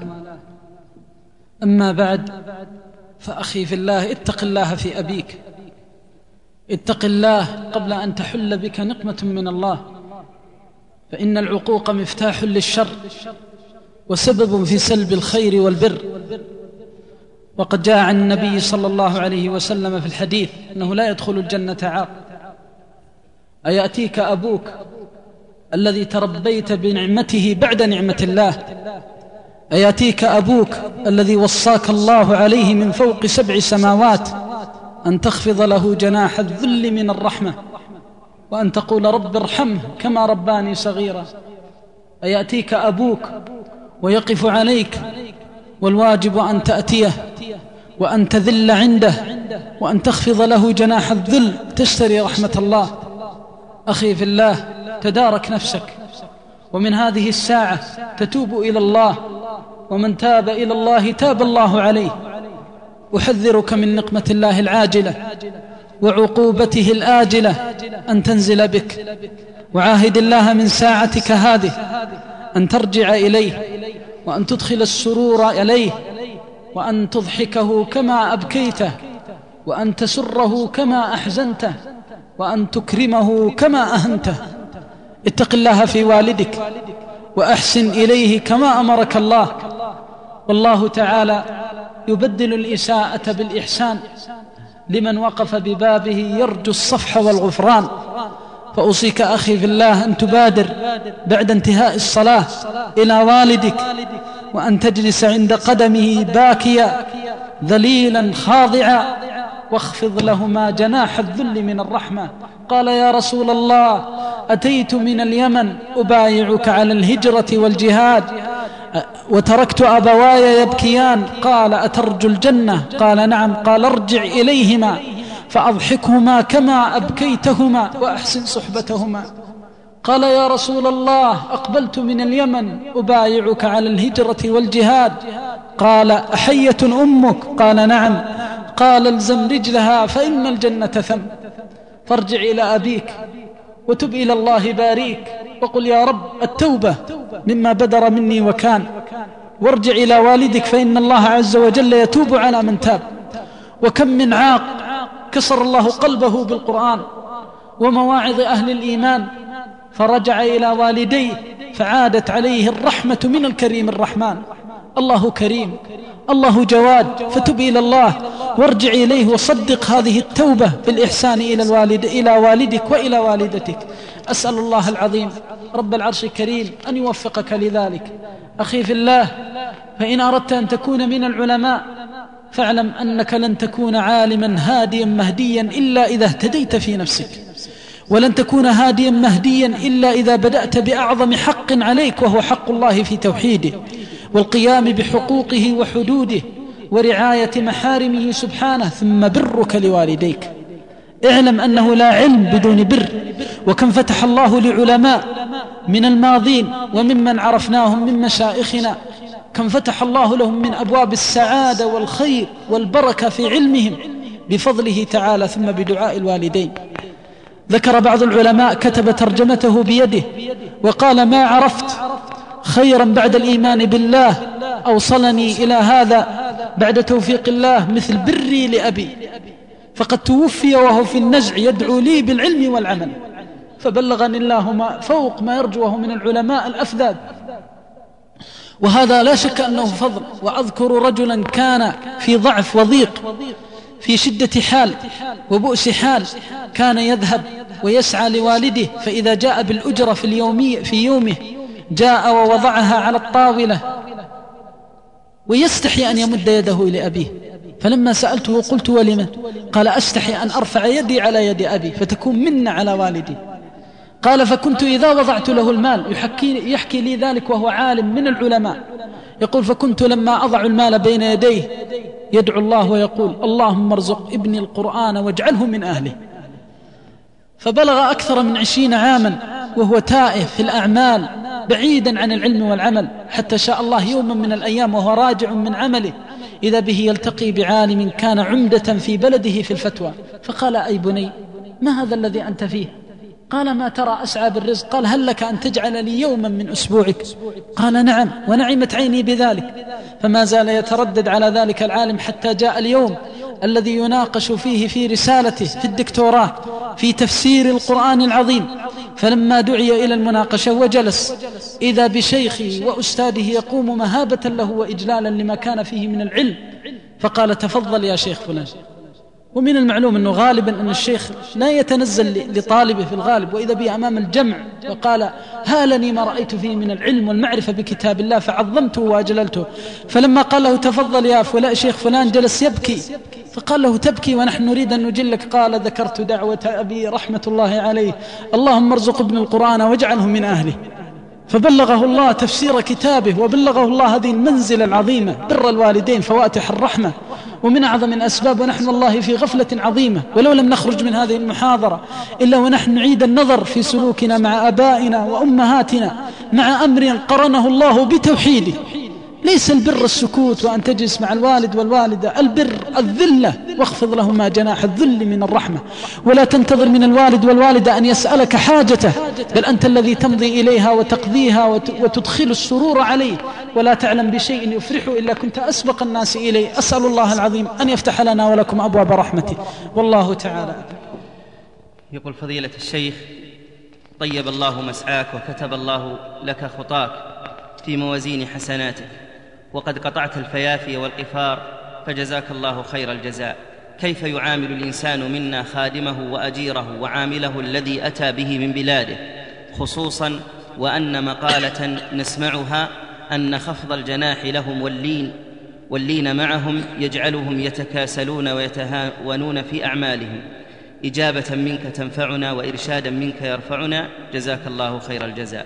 أما بعد، فأخي في الله، اتق الله في أبيك، اتق الله قبل أن تحل بك نقمة من الله، فإن العقوق مفتاح للشر وسبب في سلب الخير والبر. وقد جاء عن النبي صلى الله عليه وسلم في الحديث أنه لا يدخل الجنة عاق. أيأتيك أبوك الذي تربيت بنعمته بعد نعمة الله، أيأتيك أبوك الذي وصاك الله عليه من فوق سبع سماوات أن تخفض له جناح الذل من الرحمة وأن تقول رب ارحمه كما رباني صغيرا. أيأتيك أبوك ويقف عليك والواجب أن تأتيه وأن تذل عنده وأن تخفض له جناح الذل تشتري رحمة الله. أخي في الله، تدارك نفسك، ومن هذه الساعة تتوب إلى الله، ومن تاب إلى الله تاب الله عليه. أحذرك من نقمة الله العاجلة وعقوبته الآجلة أن تنزل بك، وعاهد الله من ساعتك هذه أن ترجع إليه وأن تدخل السرور إليه وأن تضحكه كما أبكيته وأن تسره كما أحزنته وأن تكرمه كما أهنته. اتق الله في والدك وأحسن إليه كما أمرك الله، والله تعالى يبدل الإساءة بالإحسان لمن وقف ببابه يرجو الصفح والغفران. فأوصيك أخي في الله أن تبادر بعد انتهاء الصلاة إلى والدك وأن تجلس عند قدمه باكيا ذليلا خاضعا، واخفض لهما جناح الذل من الرحمة. قال يا رسول الله، أتيت من اليمن أبايعك على الهجرة والجهاد وتركت أبواي يبكيان. قال أترجو الجنة؟ قال نعم. قال ارجع إليهما فأضحكهما كما أبكيتهما وأحسن صحبتهما. قال يا رسول الله، أقبلت من اليمن أبايعك على الهجرة والجهاد. قال أحية أمك؟ قال نعم. قال الزم رجلها فإن الجنة ثم. فارجع إلى أبيك وتب إلى الله باريك وقل يا رب التوبة مما بدر مني وكان، وارجع إلى والدك فإن الله عز وجل يتوب على من تاب. وكم من عاق كسر الله قلبه بالقرآن ومواعظ أهل الإيمان فرجع إلى والديه فعادت عليه الرحمة من الكريم الرحمن. الله كريم، الله جواد، فتب إلى الله وارجع إليه وصدق هذه التوبة بالإحسان إلى الوالد إلى والدك وإلى والدتك. أسأل الله العظيم رب العرش الكريم أن يوفقك لذلك. أخي في الله، فإن أردت أن تكون من العلماء فاعلم أنك لن تكون عالما هاديا مهديا إلا إذا اهتديت في نفسك، ولن تكون هاديا مهديا إلا إذا بدأت بأعظم حق عليك، وهو حق الله في توحيده والقيام بحقوقه وحدوده ورعاية محارمه سبحانه، ثم برك لوالديك. اعلم أنه لا علم بدون بر، وكم فتح الله لعلماء من الماضين وممن عرفناهم من مشائخنا، كم فتح الله لهم من أبواب السعادة والخير والبركة في علمهم بفضله تعالى ثم بدعاء الوالدين. ذكر بعض العلماء كتب ترجمته بيده وقال: ما عرفت خيرا بعد الإيمان بالله أوصلني إلى هذا بعد توفيق الله مثل بري لأبي، فقد توفي وهو في النزع يدعو لي بالعلم والعمل، فبلغني الله ما فوق ما يرجوه من العلماء الأفذاذ. وهذا لا شك أنه فضل. وأذكر رجلا كان في ضعف وضيق في شدة حال وبؤس حال، كان يذهب ويسعى لوالده، فإذا جاء بالأجرة في, اليومي في يومه جاء ووضعها على الطاولة ويستحي أن يمد يده إلى أبيه. فلما سألته قلت: ولم؟ قال: أستحي أن أرفع يدي على يد أبي فتكون منة على والدي. قال: فكنت إذا وضعت له المال، يحكي, يحكي لي ذلك وهو عالم من العلماء، يقول: فكنت لما أضع المال بين يديه يدعو الله ويقول: اللهم ارزق ابني القرآن واجعله من أهله. فبلغ أكثر من عشرين عاما وهو تائه في الأعمال بعيدا عن العلم والعمل، حتى شاء الله يوما من الأيام وهو راجع من عمله إذا به يلتقي بعالم كان عمدة في بلده في الفتوى، فقال: أي بني، ما هذا الذي أنت فيه؟ قال: ما ترى أسعى بالرزق؟ قال: هل لك أن تجعل لي يوما من أسبوعك؟ قال: نعم، ونعمت عيني بذلك. فما زال يتردد على ذلك العالم حتى جاء اليوم الذي يناقش فيه في رسالته في الدكتوراه في تفسير القرآن العظيم. فلما دعي إلى المناقشة وجلس إذا بشيخه وأستاذه يقوم مهابة له وإجلالا لما كان فيه من العلم، فقال: تفضل يا شيخ فلان. ومن المعلوم أنه غالبا أن الشيخ لا يتنزل لطالبه في الغالب، وإذا به أمام الجمع وقال: هالني ما رأيت فيه من العلم والمعرفة بكتاب الله، فعظمته وأجللته. فلما قال له: تفضل يا فلان شيخ فلان، جلس يبكي، فقال له: تبكي ونحن نريد أن نجلك؟ قال: ذكرت دعوة أبي رحمة الله عليه: اللهم ارزق ابن القرآن واجعله من أهله. فبلغه الله تفسير كتابه، وبلغه الله هذه المنزلة العظيمة، بر الوالدين فواتح الرحمة، ومن أعظم الأسباب. ونحن والله في غفلة عظيمة، ولو لم نخرج من هذه المحاضرة إلا ونحن نعيد النظر في سلوكنا مع أبائنا وأمهاتنا مع أمر قرنه الله بتوحيده. ليس البر السكوت وأن تجلس مع الوالد والوالدة، البر الذلة، واخفض لهما جناح الذل من الرحمة، ولا تنتظر من الوالد والوالدة أن يسألك حاجته، بل أنت الذي تمضي إليها وتقضيها وتدخل السرور عليه، ولا تعلم بشيء يفرحه إلا كنت أسبق الناس إليه. أسأل الله العظيم أن يفتح لنا ولكم أبواب رحمته، والله تعالى. يقول فضيلة الشيخ: طيب الله مسعاك وكتب الله لك خطاك في موازين حسناتك، وقد قطعت الفيافي والقفار، فجزاك الله خير الجزاء. كيف يعامل الإنسان منا خادمه وأجيره وعامله الذي أتى به من بلاده، خصوصا وأن مقالة نسمعها أن خفض الجناح لهم واللين واللين معهم يجعلهم يتكاسلون ويتهاونون في أعمالهم؟ إجابة منك تنفعنا وإرشادا منك يرفعنا، جزاك الله خير الجزاء.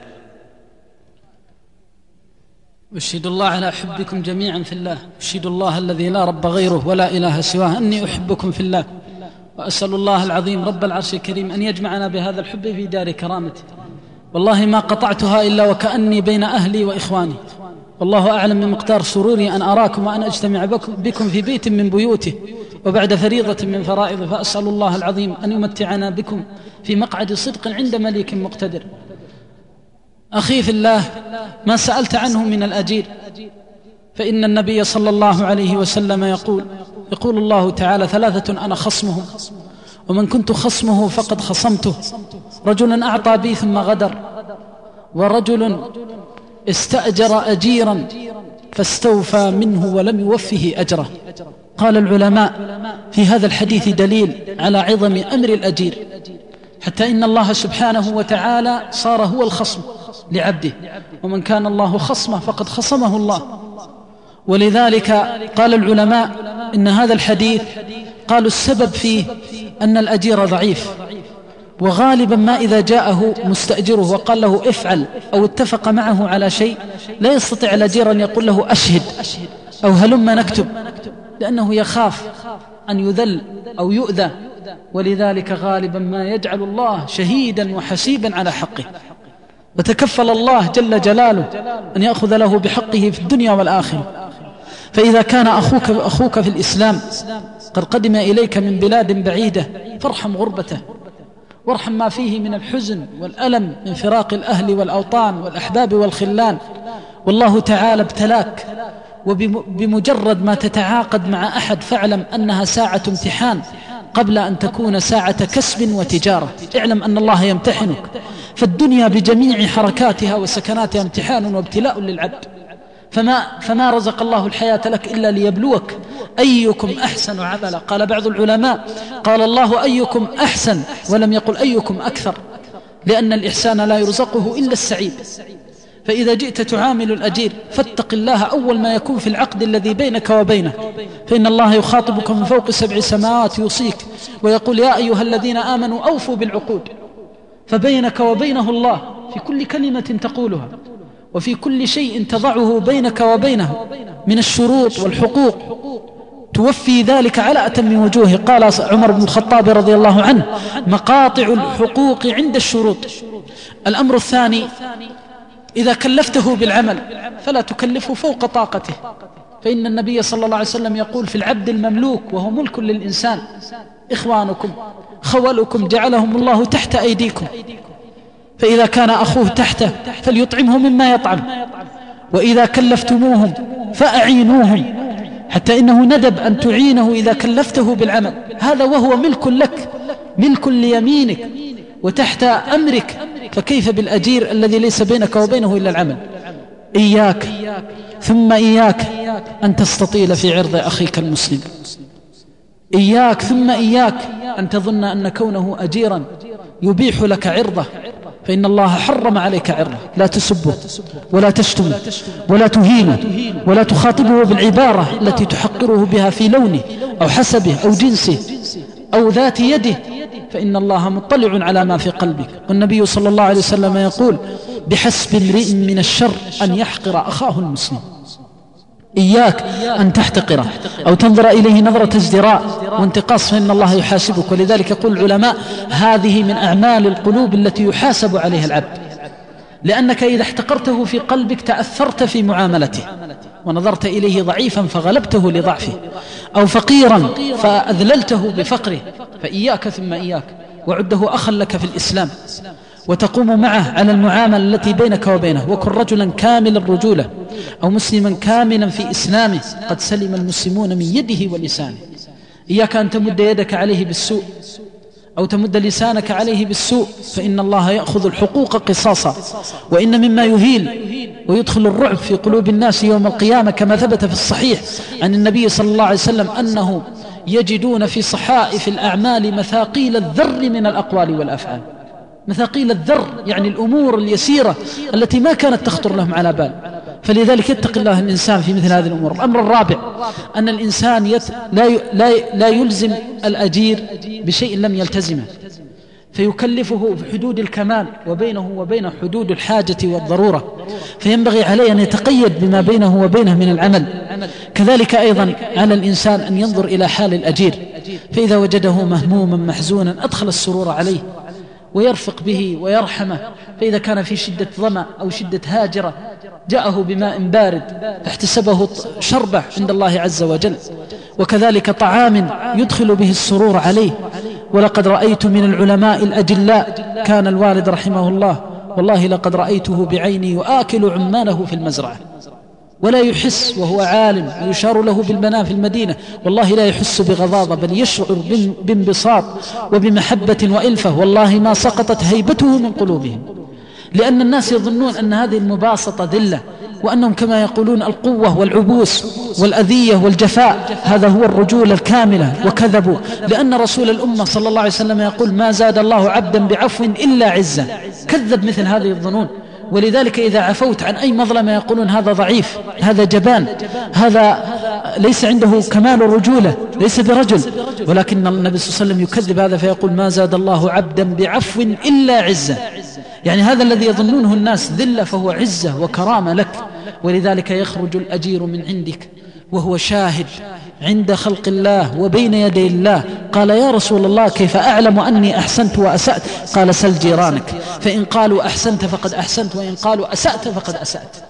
أشهد الله على حبكم جميعا في الله، أشهد الله الذي لا رب غيره ولا إله سواه أني أحبكم في الله، وأسأل الله العظيم رب العرش الكريم أن يجمعنا بهذا الحب في دار كرامته. والله ما قطعتها إلا وكأني بين أهلي وإخواني، والله أعلم من مقدار سروري أن أراكم وأن أجتمع بكم في بيت من بيوته وبعد فريضة من فرائضه. فأسأل الله العظيم أن يمتعنا بكم في مقعد صدق عند مليك مقتدر. أخي في الله، ما سألت عنه من الأجير، فإن النبي صلى الله عليه وسلم يقول يقول الله تعالى: ثلاثة أنا خصمهم، ومن كنت خصمه فقد خصمته: رجل أعطى بي ثم غدر، ورجل استأجر أجيرا فاستوفى منه ولم يوفه أجره. قال العلماء: في هذا الحديث دليل على عظم أمر الأجير، حتى إن الله سبحانه وتعالى صار هو الخصم لعبده، ومن كان الله خصمه فقد خصمه الله. ولذلك قال العلماء إن هذا الحديث قالوا السبب فيه أن الأجير ضعيف، وغالبا ما إذا جاءه مستأجره وقال له افعل أو اتفق معه على شيء لا يستطيع الأجير أن يقول له أشهد أو هلما نكتب، لأنه يخاف أن يذل أو يؤذى. ولذلك غالبا ما يجعل الله شهيدا وحسيبا على حقه، وتكفل الله جل جلاله أن يأخذ له بحقه في الدنيا والآخرة. فإذا كان أخوك, أخوك في الإسلام قد قدم إليك من بلاد بعيدة فارحم غربته، وارحم ما فيه من الحزن والألم من فراق الأهل والأوطان والأحباب والخلان. والله تعالى ابتلاك، وبمجرد ما تتعاقد مع أحد فاعلم أنها ساعة امتحان قبل أن تكون ساعة كسب وتجارة. اعلم أن الله يمتحنك، فالدنيا بجميع حركاتها وسكناتها امتحان وابتلاء للعبد. فما, فما رزق الله الحياة لك إلا ليبلوك أيكم أحسن عملا. قال بعض العلماء قال الله أيكم أحسن ولم يقل أيكم أكثر، لأن الإحسان لا يرزقه إلا السعيد. فإذا جئت تعامل الأجير فاتق الله أول ما يكون في العقد الذي بينك وبينه، فإن الله يخاطبك من فوق سبع سماوات يوصيك ويقول يا أيها الذين آمنوا أوفوا بالعقود. فبينك وبينه الله في كل كلمة تقولها وفي كل شيء تضعه بينك وبينه من الشروط والحقوق توفي ذلك على أتم وجوه. قال عمر بن الخطاب رضي الله عنه مقاطع الحقوق عند الشروط. الأمر الثاني إذا كلفته بالعمل فلا تكلفه فوق طاقته، فإن النبي صلى الله عليه وسلم يقول في العبد المملوك وهو ملك للإنسان إخوانكم خولكم جعلهم الله تحت أيديكم، فإذا كان أخوه تحته فليطعمه مما يطعم، وإذا كلفتموهم فأعينوهم، حتى إنه ندب أن تعينه إذا كلفته بالعمل، هذا وهو ملك لك ملك ليمينك وتحت أمرك، فكيف بالأجير الذي ليس بينك وبينه إلا العمل؟ إياك ثم إياك أن تستطيل في عرض أخيك المسلم، إياك ثم إياك أن تظن أن كونه أجيرا يبيح لك عرضه، فإن الله حرم عليك عرضه. لا تسبه ولا تشتمه ولا تهينه ولا تخاطبه بالعبارة التي تحقره بها في لونه أو حسبه أو جنسه أو ذات يده، فإن الله مطلع على ما في قلبك. والنبي صلى الله عليه وسلم يقول بحسب امرئ من الشر أن يحقر أخاه المسلم. إياك أن تحتقره أو تنظر إليه نظرة ازدراء وانتقاص، فإن الله يحاسبك. ولذلك يقول العلماء هذه من أعمال القلوب التي يحاسب عليها العبد، لأنك إذا احتقرته في قلبك تأثرت في معاملته ونظرت إليه ضعيفا فغلبته لضعفه، أو فقيرا فأذللته بفقره. فإياك ثم إياك، وعده أخا لك في الإسلام، وتقوم معه على المعاملة التي بينك وبينه. وكن رجلا كامل الرجولة أو مسلما كاملا في إسلامه قد سلم المسلمون من يده ولسانه. إياك أن تمد يدك عليه بالسوء أو تمد لسانك عليه بالسوء، فإن الله يأخذ الحقوق قصاصا. وإن مما يهيل ويدخل الرعب في قلوب الناس يوم القيامة كما ثبت في الصحيح عن النبي صلى الله عليه وسلم أنه يجدون في صحائف الأعمال مثاقيل الذر من الأقوال والأفعال. مثاقيل الذر يعني الأمور اليسيرة التي ما كانت تخطر لهم على بال. فلذلك يتقي الله الإنسان في مثل هذه الأمور. الأمر الرابع أن الإنسان يت... لا, ي... لا, ي... لا يلزم الأجير بشيء لم يلتزمه، فيكلفه بحدود الكمال وبينه وبين حدود الحاجة والضرورة، فينبغي عليه أن يتقيد بما بينه وبينه من العمل. كذلك أيضا على الإنسان أن ينظر إلى حال الأجير، فإذا وجده مهموما محزونا أدخل السرور عليه ويرفق به ويرحمه، فإذا كان في شدة ظمأ أو شدة هاجرة جاءه بماء بارد فاحتسبه شربة عند الله عز وجل، وكذلك طعام يدخل به السرور عليه. ولقد رأيت من العلماء الأجلاء كان الوالد رحمه الله والله لقد رأيته بعيني يؤكل عماله في المزرعة ولا يحس، وهو عالم ويشار له بالبناء في المدينة، والله لا يحس بغضاضة بل يشعر بانبساط وبمحبة وإلفة، والله ما سقطت هيبته من قلوبهم، لأن الناس يظنون أن هذه المباسطة ذلة، وأنهم كما يقولون القوة والعبوس والأذية والجفاء هذا هو الرجولة الكاملة، وكذبوا. لأن رسول الأمة صلى الله عليه وسلم يقول ما زاد الله عبدا بعفو إلا عزة، كذب مثل هذه الظنون. ولذلك إذا عفوت عن أي مظلمة يقولون هذا ضعيف، هذا جبان، هذا ليس عنده كمال الرجولة، ليس برجل. ولكن النبي صلى الله عليه وسلم يكذب هذا فيقول ما زاد الله عبدا بعفو إلا عزة، يعني هذا الذي يظنونه الناس ذلة فهو عزة وكرامة لك. ولذلك يخرج الأجير من عندك وهو شاهد عند خلق الله وبين يدي الله. قال يا رسول الله كيف أعلم أني أحسنت وأسأت؟ قال سل جيرانك، فإن قالوا أحسنت فقد أحسنت، وإن قالوا أسأت فقد أسأت.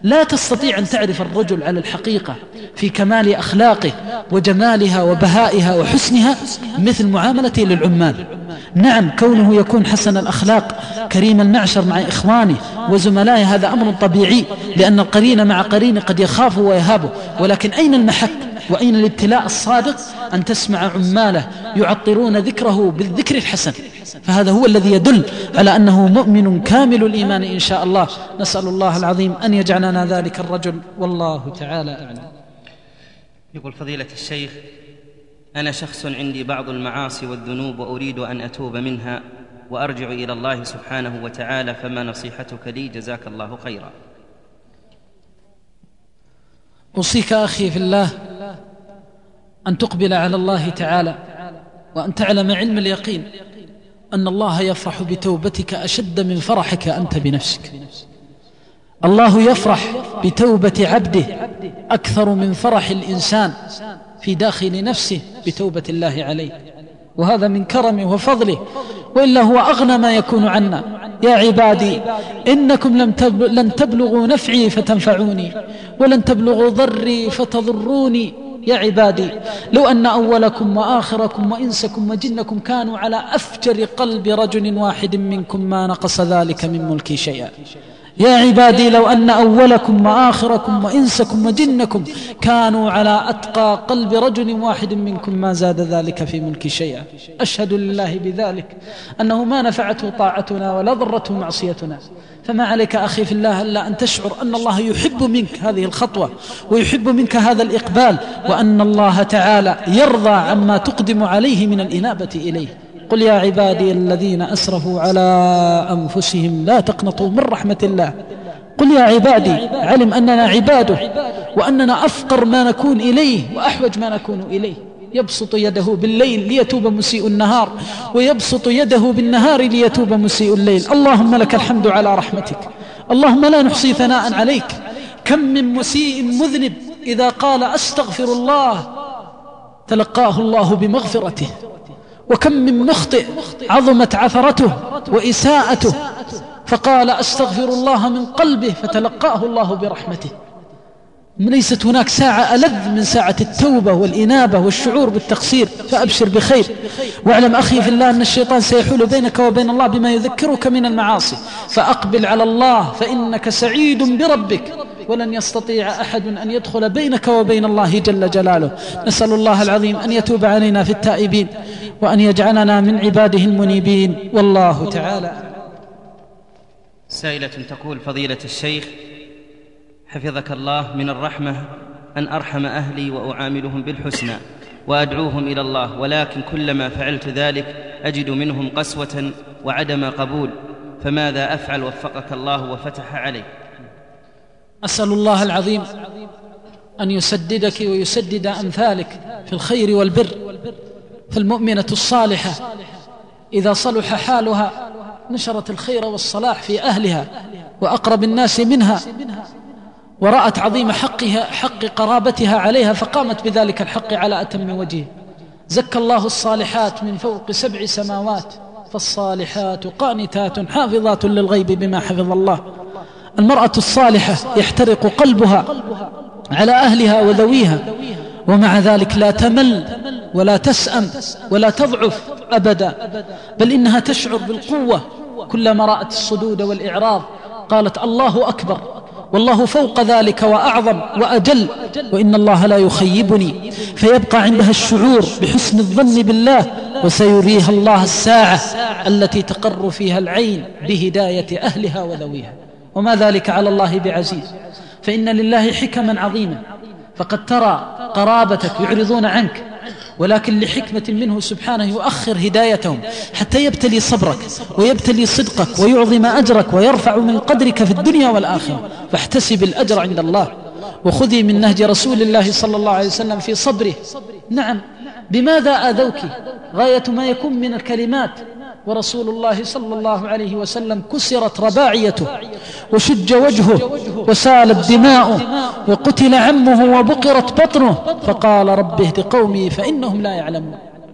لا تستطيع أن تعرف الرجل على الحقيقة في كمال أخلاقه وجمالها وبهائها وحسنها مثل معاملته للعمال. نعم، كونه يكون حسن الأخلاق كريم المعشر مع إخوانه وزملائه هذا أمر طبيعي، لأن القرين مع قرين قد يخاف ويهابه، ولكن أين المحك وأين الابتلاء الصادق؟ أن تسمع عماله يعطرون ذكره بالذكر الحسن، فهذا هو الذي يدل على أنه مؤمن كامل الإيمان إن شاء الله. نسأل الله العظيم أن يجعلنا ذلك الرجل، والله تعالى أعلم. يقول فضيلة الشيخ: أنا شخص عندي بعض المعاصي والذنوب وأريد أن أتوب منها وأرجع إلى الله سبحانه وتعالى، فما نصيحتك لي؟ جزاك الله خيرا. أوصيك أخي في الله أن تقبل على الله تعالى، وأن تعلم علم اليقين أن الله يفرح بتوبتك أشد من فرحك أنت بنفسك. الله يفرح بتوبة عبده أكثر من فرح الإنسان في داخل نفسه بتوبة الله عليه، وهذا من كرمه وفضله، وإلا هو أغنى ما يكون عنا. يا عبادي إنكم لن تبلغوا نفعي فتنفعوني ولن تبلغوا ضري فتضروني. يا عبادي لو أن أولكم وآخركم وإنسكم وجنكم كانوا على أفجر قلب رجل واحد منكم ما نقص ذلك من ملكي شيئا. يا عبادي لو أن أولكم وآخركم وإنسكم وجنكم كانوا على أتقى قلب رجل واحد منكم ما زاد ذلك في ملكي شيئا. أشهد لله بذلك أنه ما نفعته طاعتنا ولا ضرته معصيتنا. فما عليك أخي في الله إلا أن تشعر أن الله يحب منك هذه الخطوة ويحب منك هذا الإقبال، وأن الله تعالى يرضى عما تقدم عليه من الإنابة إليه. قل يا عبادي الذين أسرفوا على أنفسهم لا تقنطوا من رحمة الله. قل يا عبادي، علم أننا عباده وأننا أفقر ما نكون إليه وأحوج ما نكون إليه. يبسط يده بالليل ليتوب مسيء النهار، ويبسط يده بالنهار ليتوب مسيء الليل. اللهم لك الحمد على رحمتك، اللهم لا نحصي ثناء عليك. كم من مسيء مذنب إذا قال أستغفر الله تلقاه الله بمغفرته، وكم من مخطئ عظمت عثرته وإساءته فقال أستغفر الله من قلبه فتلقاه الله برحمته. ليست هناك ساعة ألذ من ساعة التوبة والإنابة والشعور بالتقصير، فأبشر بخير. واعلم أخي في الله أن الشيطان سيحول بينك وبين الله بما يذكرك من المعاصي، فأقبل على الله فإنك سعيد بربك، ولن يستطيع أحد أن يدخل بينك وبين الله جل جلاله. نسأل الله العظيم أن يتوب علينا في التائبين وأن يجعلنا من عباده المنيبين، والله تعالى. سائلة تقول: فضيلة الشيخ حفظك الله، من الرحمة أن أرحم أهلي وأعاملهم بالحسنى وأدعوهم إلى الله، ولكن كلما فعلت ذلك أجد منهم قسوة وعدم قبول، فماذا أفعل وفقك الله وفتح عليك؟ أسأل الله العظيم أن يسددك ويسدد أمثالك في الخير والبر. فالمؤمنة الصالحة إذا صلح حالها نشرت الخير والصلاح في أهلها وأقرب الناس منها، ورأت عظيم حقها حق قرابتها عليها فقامت بذلك الحق على أتم وجه. زكى الله الصالحات من فوق سبع سماوات، فالصالحات قانتات حافظات للغيب بما حفظ الله. المرأة الصالحة يحترق قلبها على أهلها وذويها، ومع ذلك لا تمل ولا تسأم ولا تضعف أبدا، بل إنها تشعر بالقوة. كلما رأت الصدود والإعراض قالت الله أكبر، والله فوق ذلك وأعظم وأجل، وإن الله لا يخيبني. فيبقى عندها الشعور بحسن الظن بالله، وسيريها الله الساعة التي تقر فيها العين بهداية أهلها وذويها، وما ذلك على الله بعزيز. فإن لله حكما عظيمة، فقد ترى قرابتك يعرضون عنك، ولكن لحكمة منه سبحانه يؤخر هدايتهم حتى يبتلي صبرك ويبتلي صدقك ويعظم أجرك ويرفع من قدرك في الدنيا والآخرة. فاحتسب الأجر عند الله، وخذي من نهج رسول الله صلى الله عليه وسلم في صبره. نعم، بماذا آذوك؟ غاية ما يكون من الكلمات، ورسول الله صلى الله عليه وسلم كسرت رباعيته وشج وجهه وسالت دماؤه وقتل عمه وبقرت بطنه، فقال رب اهد قومي فإنهم لا يعلمون.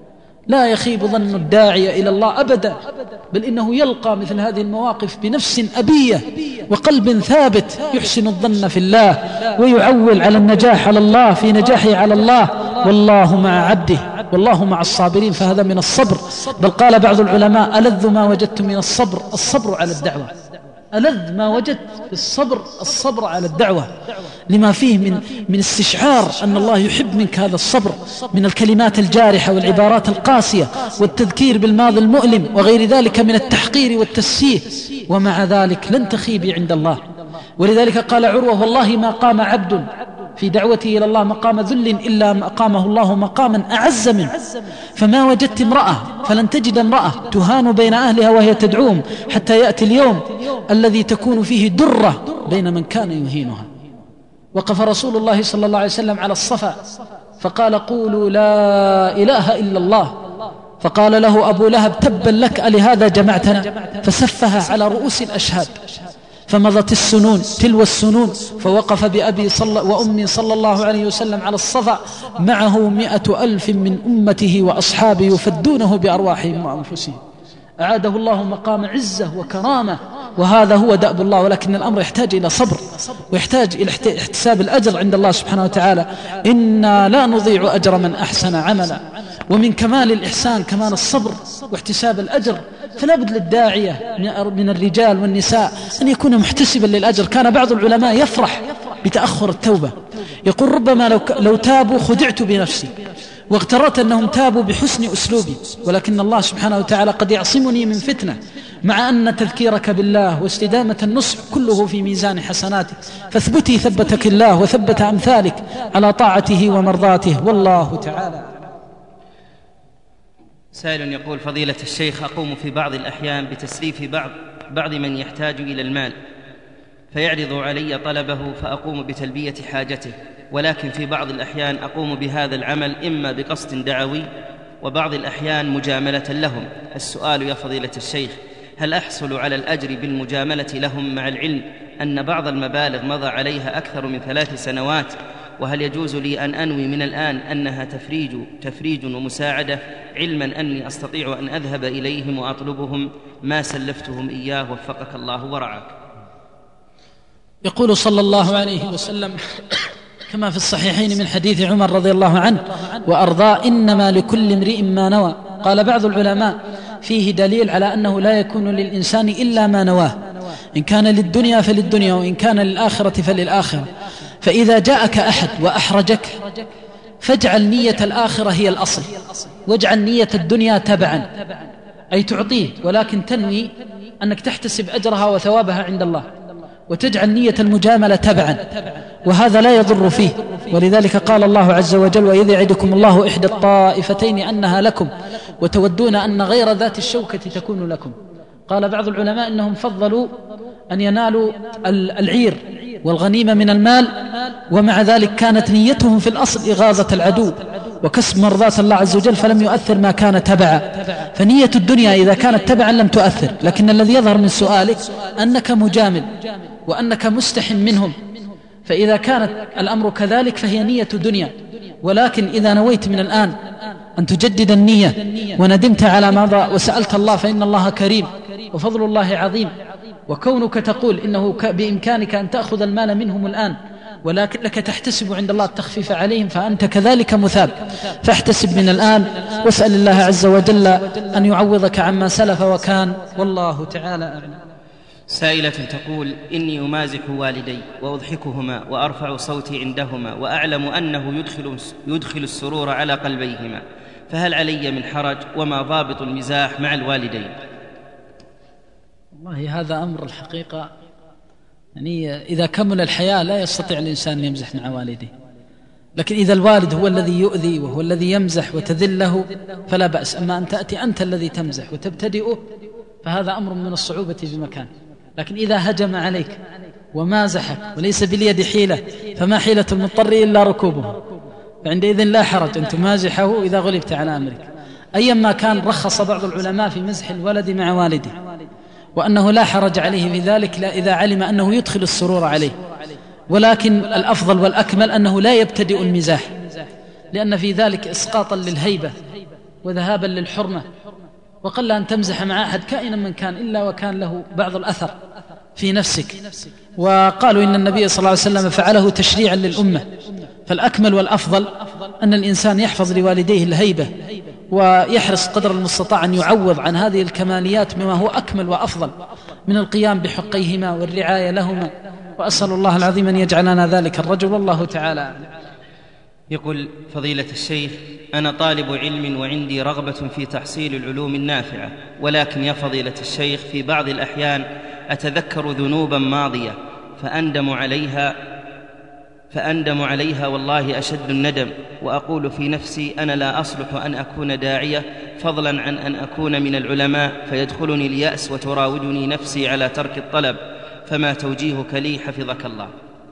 لا يخيب ظن الداعية إلى الله أبدا، بل إنه يلقى مثل هذه المواقف بنفس أبية وقلب ثابت يحسن الظن في الله ويعول على النجاح على الله في نجاحه على الله، والله مع عبده والله مع الصابرين. فهذا من الصبر. بل قال بعض العلماء: ألذ ما وجدت من الصبر الصبر على الدعوة. ألذ ما وجدت في الصبر الصبر على الدعوة، لما فيه من من استشعار أن الله يحب منك هذا الصبر، من الكلمات الجارحة والعبارات القاسية والتذكير بالماضي المؤلم وغير ذلك من التحقير والتسفيه، ومع ذلك لن تخيبي عند الله. ولذلك قال عروة: والله ما قام عبد في دعوته إلى الله مقام ذل إلا أقامه الله مقاما أعز منه. فما وجدت امرأة فلن تجد امرأة تهان بين أهلها وهي تدعوهم حتى يأتي اليوم الذي تكون فيه درة بين من كان يهينها. وقف رسول الله صلى الله عليه وسلم على الصفا فقال: قولوا لا إله إلا الله. فقال له أبو لهب: تبا لك ألهذا جمعتنا؟ فسفها على رؤوس الأشهاد. فمضت السنون تلو السنون، فوقف بأبي صلى وأمي صلى الله عليه وسلم على الصفا معه مئة ألف من أمته وأصحابه يفدونه بأرواحهم وأنفسهم. أعاده الله مقام عزة وكرامة، وهذا هو دأب الله. ولكن الأمر يحتاج إلى صبر ويحتاج إلى احتساب الأجر عند الله سبحانه وتعالى. إنا لا نضيع أجر من أحسن عملا. ومن كمال الإحسان كمال الصبر واحتساب الأجر. فلا بد للداعية من الرجال والنساء أن يكون محتسبا للأجر. كان بعض العلماء يفرح بتأخر التوبة، يقول: ربما لو, لو تابوا خدعت بنفسي واغترت أنهم تابوا بحسن أسلوبي، ولكن الله سبحانه وتعالى قد يعصمني من فتنة، مع أن تذكيرك بالله واستدامة النصح كله في ميزان حسناتك. فاثبتي ثبتك الله وثبت أمثالك على طاعته ومرضاته، والله تعالى. سائل يقول: فضيلة الشيخ، أقوم في بعض الأحيان بتسليف بعض بعض من يحتاج إلى المال فيعرض علي طلبه فأقوم بتلبية حاجته، ولكن في بعض الأحيان أقوم بهذا العمل إما بقصد دعوي وبعض الأحيان مجاملة لهم. السؤال يا فضيلة الشيخ: هل أحصل على الأجر بالمجاملة لهم مع العلم أن بعض المبالغ مضى عليها أكثر من ثلاث سنوات؟ وهل يجوز لي أن أنوي من الآن أنها تفريج, تفريج ومساعدة، علما أني أستطيع أن أذهب إليهم وأطلبهم ما سلفتهم إياه وفقك الله ورعاك؟ يقول صلى الله عليه وسلم كما في الصحيحين من حديث عمر رضي الله عنه وأرضاه: إنما لكل امرئ ما نوى. قال بعض العلماء: فيه دليل على أنه لا يكون للإنسان إلا ما نواه، إن كان للدنيا فللدنيا، وإن كان للآخرة فللآخرة. فإذا جاءك أحد وأحرجك فاجعل نية الآخرة هي الأصل، واجعل نية الدنيا تبعا، أي تعطيه ولكن تنوي أنك تحتسب أجرها وثوابها عند الله، وتجعل نية المجاملة تبعا، وهذا لا يضر فيه. ولذلك قال الله عز وجل: وإذ يعدكم الله إحدى الطائفتين أنها لكم وتودون أن غير ذات الشوكة تكون لكم. قال بعض العلماء إنهم فضلوا أن ينالوا العير والغنيمة من المال، ومع ذلك كانت نيتهم في الأصل إغاظة العدو وكسب مرضاة الله عز وجل، فلم يؤثر ما كان تبعا. فنية الدنيا إذا كانت تبعا لم تؤثر، لكن الذي يظهر من سؤالك أنك مجامل وأنك مستحن منهم، فإذا كانت الأمر كذلك فهي نية دنيا. ولكن إذا نويت من الآن أن تجدد النية وندمت على ما مضى وسألت الله، فإن الله كريم وفضل الله عظيم. وكونك تقول إنه بإمكانك أن تأخذ المال منهم الآن ولكن لك تحتسب عند الله التخفيف عليهم، فأنت كذلك مثاب. فاحتسب من الآن واسأل الله عز وجل أن يعوضك عما سلف وكان، والله تعالى أعلم. سائلة تقول: إني أمازح والدي وأضحكهما وأرفع صوتي عندهما، وأعلم أنه يدخل, يدخل السرور على قلبيهما، فهل علي من حرج؟ وما ضابط المزاح مع الوالدين؟ والله هذا أمر الحقيقة، يعني إذا كمل الحياة لا يستطيع الإنسان أن يمزح مع والده، لكن إذا الوالد هو الذي يؤذي وهو الذي يمزح وتذله فلا بأس. أما أن تأتي أنت الذي تمزح وتبتدئه فهذا أمر من الصعوبة بمكان. لكن إذا هجم عليك ومازحك وليس باليد حيلة، فما حيلة المضطر إلا ركوبه، فعندئذ لا حرج أن تمازحه إذا غلبت على أمرك. أيما كان رخص بعض العلماء في مزح الولد مع والده، وأنه لا حرج عليه في ذلك لا إذا علم أنه يدخل السرور عليه، ولكن الأفضل والأكمل أنه لا يبتدئ المزاح، لأن في ذلك إسقاطا للهيبة وذهابا للحرمة، وقل أن تمزح مع أحد كائنا من كان إلا وكان له بعض الأثر في نفسك. وقالوا إن النبي صلى الله عليه وسلم فعله تشريعا للأمة، فالأكمل والأفضل أن الإنسان يحفظ لوالديه الهيبة ويحرص قدر المستطاع أن يعوض عن هذه الكماليات بما هو أكمل وأفضل من القيام بحقيهما والرعاية لهما، وأسأل الله العظيم أن يجعلنا ذلك الرجل، والله تعالى. يقول فضيلة الشيخ: أنا طالب علم وعندي رغبة في تحصيل العلوم النافعة، ولكن يا فضيلة الشيخ في بعض الأحيان أتذكر ذنوبا ماضية فأندم عليها فأندم عليها والله أشد الندم، وأقول في نفسي أنا لا أصلح أن أكون داعية فضلا عن أن أكون من العلماء، فيدخلني اليأس وتراودني نفسي على ترك الطلب، فما توجيهك لي حفظك الله؟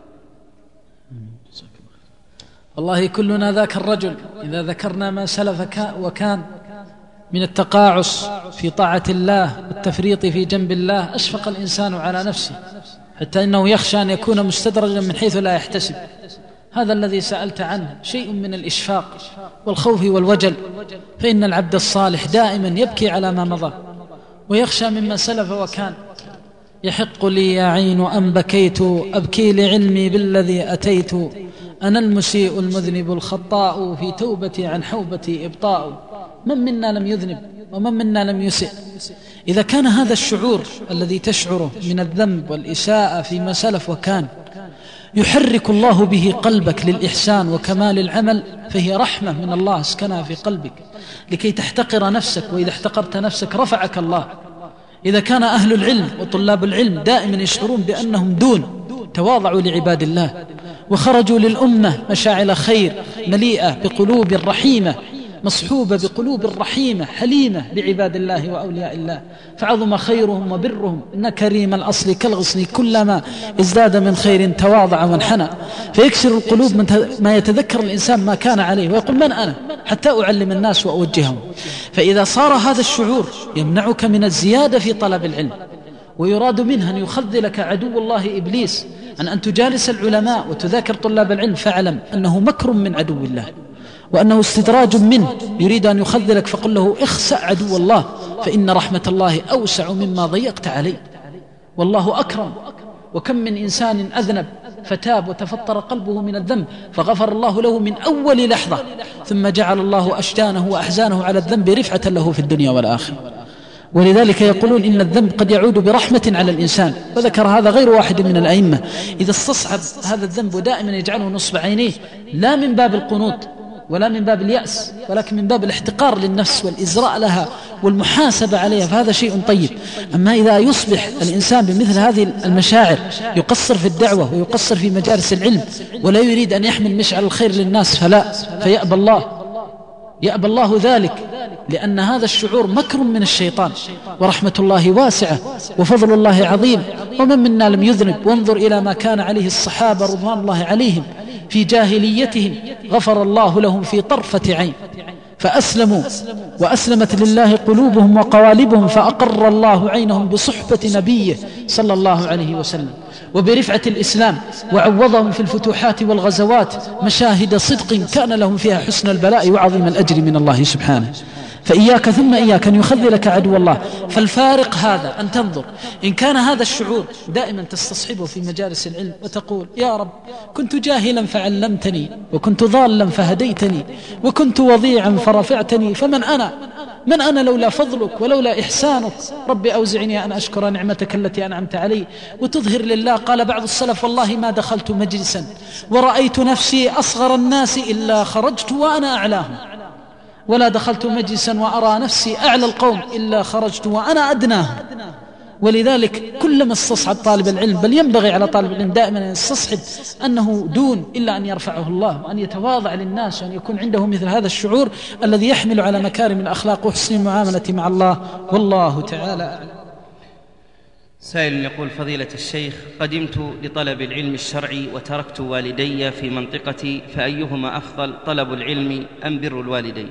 والله كلنا ذاك الرجل إذا ذكرنا ما سلف وكان من التقاعس في طاعة الله والتفريط في جنب الله أشفق الإنسان على نفسه، حتى إنه يخشى أن يكون مستدرجا من حيث لا يحتسب. هذا الذي سألت عنه شيء من الإشفاق والخوف والوجل، فإن العبد الصالح دائما يبكي على ما مضى ويخشى مما سلف وكان. يحق لي يا عين أن بكيت أبكي لعلمي بالذي أتيت، أنا المسيء المذنب الخطاء في توبتي عن حوبتي إبطاء. من منا لم يذنب ومن منا لم يسئ؟ إذا كان هذا الشعور الذي تشعره من الذنب والإساءة فيما سلف وكان يحرك الله به قلبك للإحسان وكمال العمل، فهي رحمة من الله اسكنها في قلبك لكي تحتقر نفسك، وإذا احتقرت نفسك رفعك الله. إذا كان أهل العلم وطلاب العلم دائما يشعرون بأنهم دون، تواضعوا لعباد الله وخرجوا للأمة مشاعل خير مليئة بقلوب رحيمة مصحوبة بقلوب رحيمة حليمة بعباد الله وأولياء الله، فعظم خيرهم وبرهم. إن كريم الأصل كالغصن كلما ازداد من خير تواضع وانحنى، فيكسر القلوب من ما يتذكر الإنسان ما كان عليه ويقول من أنا حتى أعلم الناس وأوجههم. فإذا صار هذا الشعور يمنعك من الزيادة في طلب العلم، ويراد منها أن يخذلك عدو الله إبليس عن أن تجالس العلماء وتذاكر طلاب العلم، فاعلم أنه مكر من عدو الله وأنه استدراج منه يريد أن يخذلك، فقل له اخسأ عدو الله، فإن رحمة الله أوسع مما ضيقت عليه، والله أكرم. وكم من إنسان أذنب فتاب وتفطر قلبه من الذنب فغفر الله له من أول لحظة، ثم جعل الله أشجانه وأحزانه على الذنب رفعة له في الدنيا والآخرة. ولذلك يقولون إن الذنب قد يعود برحمة على الإنسان، وذكر هذا غير واحد من الأئمة. إذا استصعب هذا الذنب دائما يجعله نصب عينيه، لا من باب القنوط ولا من باب اليأس، ولكن من باب الاحتقار للنفس والإزراء لها والمحاسبة عليها، فهذا شيء طيب. أما إذا يصبح الإنسان بمثل هذه المشاعر يقصر في الدعوة ويقصر في مجالس العلم ولا يريد أن يحمل مشعل الخير للناس، فلا، فيأبى الله يأبى الله ذلك، لأن هذا الشعور مكر من الشيطان، ورحمة الله واسعة وفضل الله عظيم. ومن منا لم يذنب؟ وانظر إلى ما كان عليه الصحابة رضوان الله عليهم في جاهليتهم، غفر الله لهم في طرفة عين فأسلموا وأسلمت لله قلوبهم وقوالبهم، فأقر الله عينهم بصحبة نبيه صلى الله عليه وسلم وبرفعة الإسلام، وعوضهم في الفتوحات والغزوات مشاهد صدق كان لهم فيها حسن البلاء وعظيم الأجر من الله سبحانه. فإياك ثم إياك أن يخذلك عدو الله. فالفارق هذا أن تنظر إن كان هذا الشعور دائما تستصحبه في مجالس العلم وتقول يا رب كنت جاهلا فعلمتني، وكنت ضالا فهديتني، وكنت وضيعا فرفعتني، فمن أنا من أنا لولا فضلك ولولا إحسانك، رب أوزعني أن أشكر نعمتك التي أنعمت علي، وتظهر لله. قال بعض السلف والله ما دخلت مجلسا ورأيت نفسي أصغر الناس إلا خرجت وأنا أعلاهم، ولا دخلت مجلسا وأرى نفسي أعلى القوم إلا خرجت وأنا أدناهم. ولذلك كلما استصحب طالب العلم، بل ينبغي على طالب العلم دائما أن يستصحب أنه دون إلا أن يرفعه الله، وأن يتواضع للناس، وأن يكون عنده مثل هذا الشعور الذي يحمل على مكارم الأخلاق وحسن المعاملة مع الله، والله تعالى أعلم. سائل يقول فضيلة الشيخ: قدمت لطلب العلم الشرعي وتركت والدي في منطقتي، فأيهما أفضل، طلب العلم أم بر الوالدين؟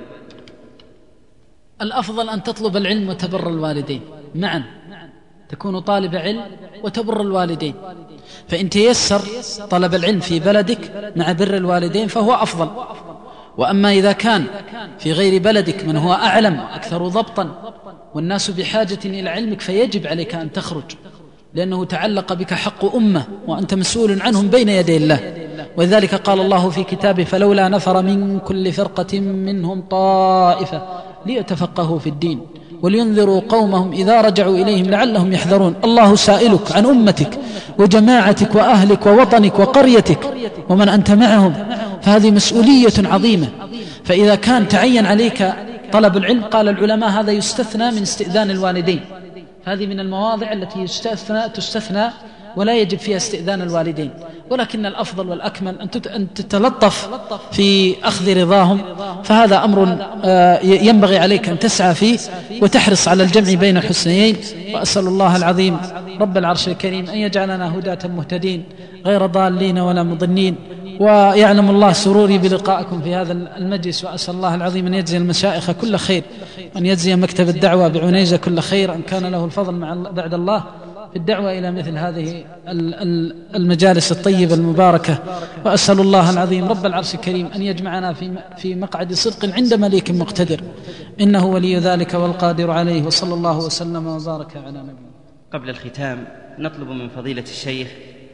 الأفضل أن تطلب العلم وتبر الوالدين معا، تكون طالب علم وتبر الوالدين، فإن تيسر طلب العلم في بلدك مع بر الوالدين فهو أفضل. وأما إذا كان في غير بلدك من هو أعلم وأكثر ضبطا والناس بحاجة إلى علمك فيجب عليك أن تخرج، لأنه تعلق بك حق أمة وأنت مسؤول عنهم بين يدي الله. ولذلك قال الله في كتابه: فلولا نفر من كل فرقة منهم طائفة ليتفقهوا في الدين ولينذروا قومهم إذا رجعوا إليهم لعلهم يحذرون. الله سائلك عن أمتك وجماعتك وأهلك ووطنك وقريتك ومن أنت معهم، فهذه مسؤولية عظيمة. فإذا كان تعين عليك طلب العلم، قال العلماء هذا يستثنى من استئذان الوالدين، هذه من المواضع التي يستثنى تستثنى ولا يجب فيها استئذان الوالدين، ولكن الأفضل والأكمل أن تتلطف في أخذ رضاهم، فهذا أمر ينبغي عليك أن تسعى فيه وتحرص على الجمع بين الحسنيين. وأسأل الله العظيم رب العرش الكريم أن يجعلنا هداة مهتدين غير ضالين ولا مضنين. ويعلم الله سروري بلقائكم في هذا المجلس، وأسأل الله العظيم أن يجزي المشايخ كل خير، وأن يجزي مكتب الدعوة بعنيزة كل خير، أن كان له الفضل مع بعد الله في الدعوة إلى مثل هذه المجالس الطيبة المباركة. وأسأل الله العظيم رب العرش الكريم أن يجمعنا في مقعد صدق عند مليك مقتدر، إنه ولي ذلك والقادر عليه. وصلى الله وسلم وبارك على نبينا. قبل الختام نطلب من فضيلة الشيخ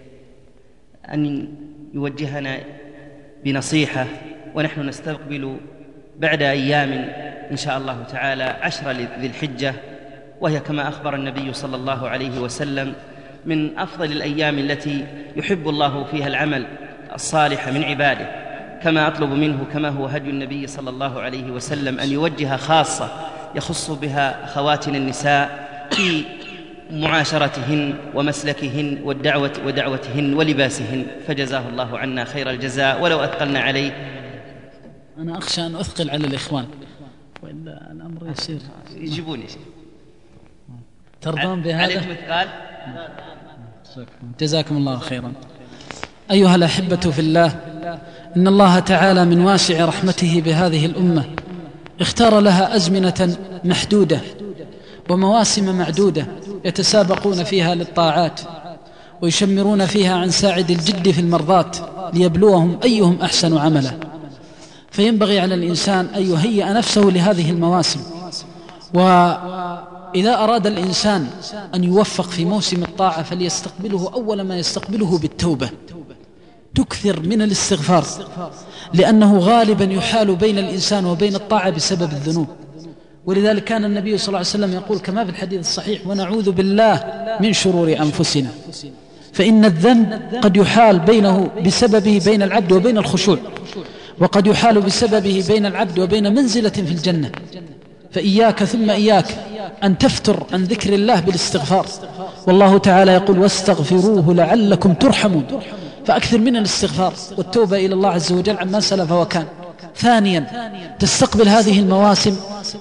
أن يوجهنا بنصيحة، ونحن نستقبل بعد أيام إن شاء الله تعالى عشر ذي الحجة، وهي كما أخبر النبي صلى الله عليه وسلم من أفضل الأيام التي يحب الله فيها العمل الصالح من عباده. كما أطلب منه كما هو هدي النبي صلى الله عليه وسلم أن يوجه خاصة يخص بها خواتنا النساء في معاشرتهن ومسلكهن والدعوة ودعوتهن ولباسهن، فجزاه الله عنا خير الجزاء ولو أثقلنا عليه. أنا أخشى أن أثقل على الإخوان وإلا الأمر يصير يجيبون يا شيخ. ترضون بهذا؟ عليكم إثقال؟ جزاكم الله خيرا. أيها الأحبة في الله، إن الله تعالى من واسع رحمته بهذه الأمة اختار لها أزمنة محدودة ومواسم معدودة يتسابقون فيها للطاعات ويشمرون فيها عن ساعد الجد في المرضات ليبلوهم أيهم أحسن عملا. فينبغي على الإنسان أن يهيئ نفسه لهذه المواسم. وإذا أراد الإنسان أن يوفق في موسم الطاعة فليستقبله أول ما يستقبله بالتوبة، تكثر من الاستغفار، لأنه غالبا يحال بين الإنسان وبين الطاعة بسبب الذنوب. ولذلك كان النبي صلى الله عليه وسلم يقول كما في الحديث الصحيح: ونعوذ بالله من شرور أنفسنا، فإن الذنب قد يحال بينه بسببه بين العبد وبين الخشوع، وقد يحال بسببه بين العبد وبين منزلة في الجنة. فإياك ثم إياك أن تفتر عن ذكر الله بالاستغفار، والله تعالى يقول: واستغفروه لعلكم ترحمون. فأكثر من الاستغفار والتوبة إلى الله عز وجل عما سلف وكان. ثانيا، تستقبل هذه المواسم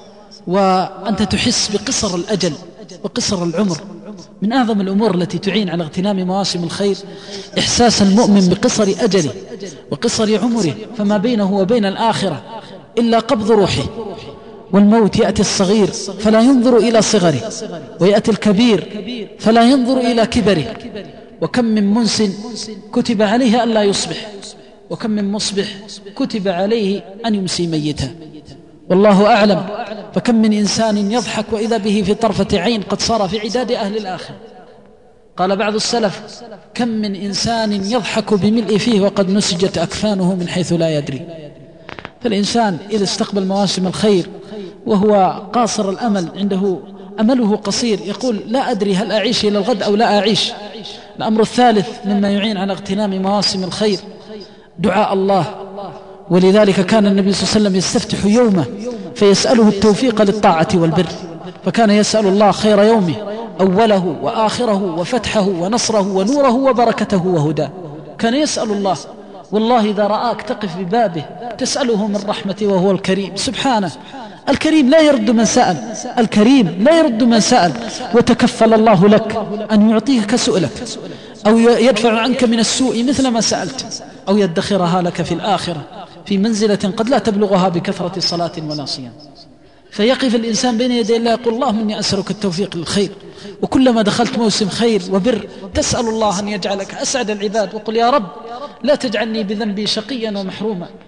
وأنت تحس بقصر الأجل وقصر العمر. من أعظم الأمور التي تعين على اغتنام مواسم الخير إحساس المؤمن بقصر أجله وقصر عمره، فما بينه وبين الآخرة إلا قبض روحه. والموت يأتي الصغير فلا ينظر إلى صغره، ويأتي الكبير فلا ينظر إلى كبره. وكم من منس كتب عليه ألا يصبح، وكم من مصبح كتب عليه أن يمسي ميتا، والله أعلم. فكم من إنسان يضحك وإذا به في طرفة عين قد صار في عداد أهل الآخرة. قال بعض السلف: كم من إنسان يضحك بملء فيه وقد نسجت أكفانه من حيث لا يدري. فالإنسان إذا استقبل مواسم الخير وهو قاصر الأمل، عنده أمله قصير، يقول: لا أدري هل أعيش إلى الغد أو لا أعيش. الأمر الثالث مما يعين على اغتنام مواسم الخير دعاء الله. ولذلك كان النبي صلى الله عليه وسلم يستفتح يومه فيسأله التوفيق للطاعة والبر، فكان يسأل الله خير يومه أوله وآخره وفتحه ونصره ونوره وبركته وهداه. كان يسأل الله. والله إذا رآك تقف ببابه تسأله من رحمته وهو الكريم سبحانه. الكريم لا يرد من سأل، الكريم لا يرد من سأل. وتكفل الله لك أن يعطيك سؤلك أو يدفع عنك من السوء مثل ما سألت، أو يدخرها لك في الآخرة في منزلة قد لا تبلغها بكثرة صلاة ولا صيام. فيقف الإنسان بين يدي الله يقول: اللهم إني أسألك التوفيق للخير. وكلما دخلت موسم خير وبر تسأل الله أن يجعلك أسعد العباد، وقل: يا رب لا تجعلني بذنبي شقيا ومحروما.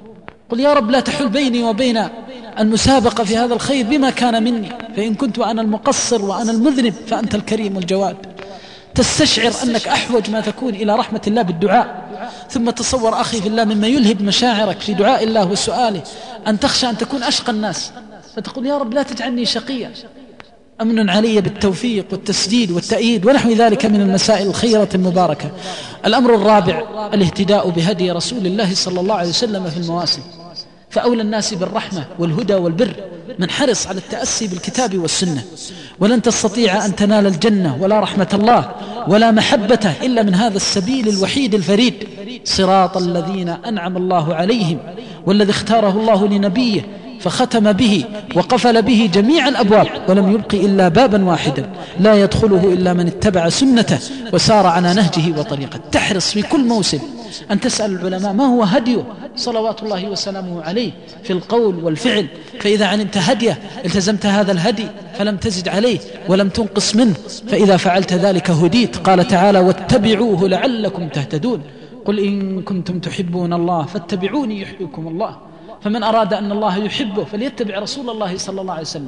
قل يا رب لا تحل بيني وبين المسابقة في هذا الخير بما كان مني، فإن كنت أنا المقصر وأنا المذنب فأنت الكريم الجواد. تستشعر أنك أحوج ما تكون إلى رحمة الله بالدعاء. ثم تصور أخي في الله مما يلهب مشاعرك في دعاء الله وسؤاله أن تخشى أن تكون أشقى الناس، فتقول يا رب لا تجعلني شقيا، أمن علي بالتوفيق والتسديد والتأييد ونحو ذلك من المسائل الخيرة المباركة. الأمر الرابع الاهتداء بهدي رسول الله صلى الله عليه وسلم في المواسم. فأولى الناس بالرحمة والهدى والبر من حرص على التأسي بالكتاب والسنة، ولن تستطيع أن تنال الجنة ولا رحمة الله ولا محبته إلا من هذا السبيل الوحيد الفريد، صراط الذين أنعم الله عليهم، والذي اختاره الله لنبيه فختم به وقفل به جميع الأبواب ولم يبق إلا بابا واحدا لا يدخله إلا من اتبع سنته وسار على نهجه وطريقه. تحرص في كل موسم أن تسأل العلماء ما هو هديه صلوات الله وسلامه عليه في القول والفعل، فإذا علمت هديه التزمت هذا الهدي فلم تزد عليه ولم تنقص منه، فإذا فعلت ذلك هديت. قال تعالى واتبعوه لعلكم تهتدون، قل إن كنتم تحبون الله فاتبعوني يحبكم الله. فمن أراد أن الله يحبه فليتبع رسول الله صلى الله عليه وسلم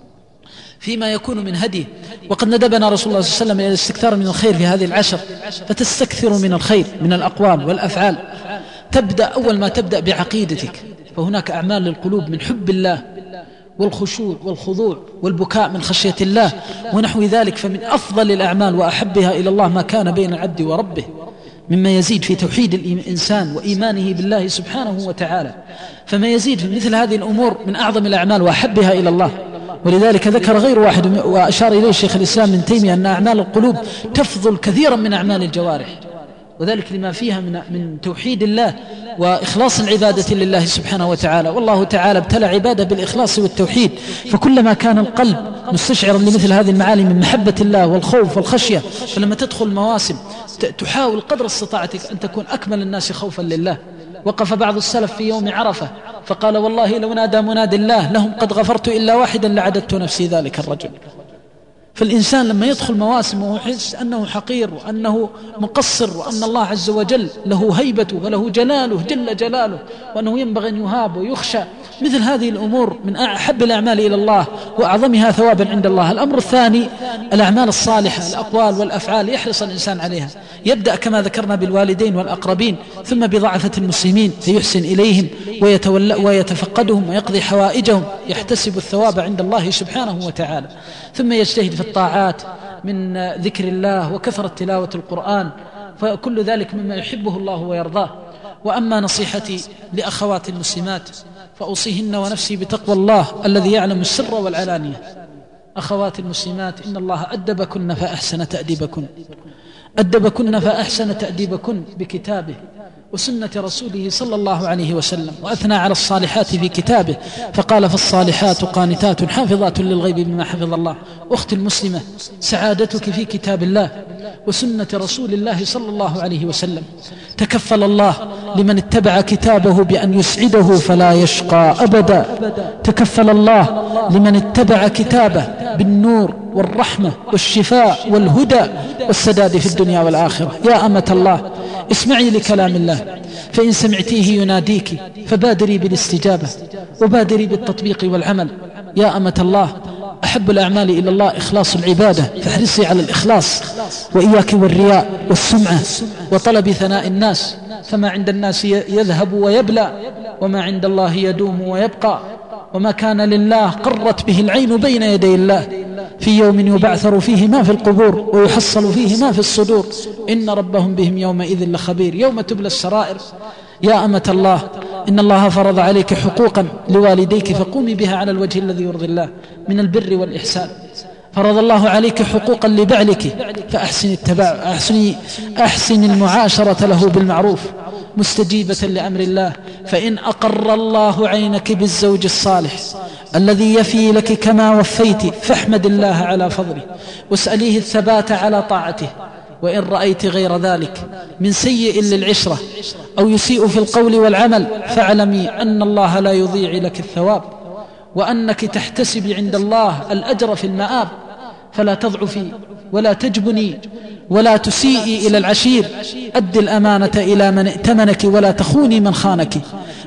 فيما يكون من هديه. وقد ندبنا رسول الله صلى الله عليه وسلم إلى الاستكثار من الخير في هذه العشر، فتستكثر من الخير من الأقوال والأفعال. تبدأ أول ما تبدأ بعقيدتك، فهناك أعمال للقلوب من حب الله والخشوع والخضوع والبكاء من خشية الله ونحو ذلك، فمن أفضل الأعمال وأحبها إلى الله ما كان بين العبد وربه مما يزيد في توحيد الإنسان وإيمانه بالله سبحانه وتعالى. فما يزيد في مثل هذه الأمور من أعظم الأعمال وأحبها إلى الله. ولذلك ذكر غير واحد وأشار إليه الشيخ الإسلام ابن تيمية أن أعمال القلوب تفضل كثيرا من أعمال الجوارح، وذلك لما فيها من من توحيد الله وإخلاص العبادة لله سبحانه وتعالى. والله تعالى ابتلى عباده بالإخلاص والتوحيد، فكلما كان القلب مستشعرا لمثل هذه المعالي من محبة الله والخوف والخشية، فلما تدخل المواسم تحاول قدر استطاعتك أن تكون أكمل الناس خوفا لله. وقف بعض السلف في يوم عرفة فقال والله لو نادى مناد الله لهم قد غفرت إلا واحدا لعددت نفسي ذلك الرجل. فالإنسان لما يدخل مواسم وهو يحس أنه حقير وأنه مقصر وأن الله عز وجل له هيبته وله جلاله جل جلاله وأنه ينبغي أن يهاب ويخشى، مثل هذه الأمور من أحب الأعمال إلى الله وأعظمها ثوابا عند الله. الأمر الثاني الأعمال الصالحة الأقوال والأفعال يحرص الإنسان عليها. يبدأ كما ذكرنا بالوالدين والأقربين، ثم بضعفة المسلمين فيحسن إليهم ويتولى ويتفقدهم ويقضي حوائجهم يحتسب الثواب عند الله سبحانه وتعالى، ثم يجتهد في الطاعات من ذكر الله وكثرة تلاوة القرآن، فكل ذلك مما يحبه الله ويرضاه. وأما نصيحتي لأخوات المسلمات فأوصيهن ونفسي بتقوى الله الذي يعلم السر والعلانية. أخوات المسلمات إن الله أدبكن فأحسن تأديبكن أدبكن فأحسن تأديبكن بكتابه وسنة رسوله صلى الله عليه وسلم، وأثنى على الصالحات في كتابه فقال فالصالحات قانتات حافظات للغيب بما حفظ الله. أختي المسلمة، سعادتك في كتاب الله وسنة رسول الله صلى الله عليه وسلم. تكفل الله لمن اتبع كتابه بأن يسعده فلا يشقى أبدا. تكفل الله لمن اتبع كتابه بالنور والرحمة والشفاء والهدى والسداد في الدنيا والآخرة. يا أمة الله، اسمعي لكلام الله، فإن سمعتيه يناديك فبادري بالاستجابة وبادري بالتطبيق والعمل. يا أمة الله، أحب الأعمال إلى الله إخلاص العبادة، فاحرصي على الإخلاص وإياك والرياء والسمعة وطلب ثناء الناس، فما عند الناس يذهب ويبلى وما عند الله يدوم ويبقى. وما كان لله قرت به العين بين يدي الله في يوم يبعثر فيه ما في القبور ويحصل فيه ما في الصدور إن ربهم بهم يومئذ لخبير يوم تبلى السرائر. يا أمة الله، إن الله فرض عليك حقوقا لوالديك فقومي بها على الوجه الذي يرضي الله من البر والإحسان. فرض الله عليك حقوقا لبعلك فأحسن التبع أحسن, أحسن المعاشرة له بالمعروف مستجيبة لأمر الله، فإن أقر الله عينك بالزوج الصالح الذي يفي لك كما وفيت فاحمد الله على فضله واسأليه الثبات على طاعته. وإن رأيت غير ذلك من سيء للعشرة أو يسيء في القول والعمل فاعلمي أن الله لا يضيع لك الثواب وأنك تحتسب عند الله الأجر في المآب. فلا تضعفي ولا تجبني ولا تسيئي إلى العشير. أد الأمانة إلى من ائتمنك ولا تخوني من خانك،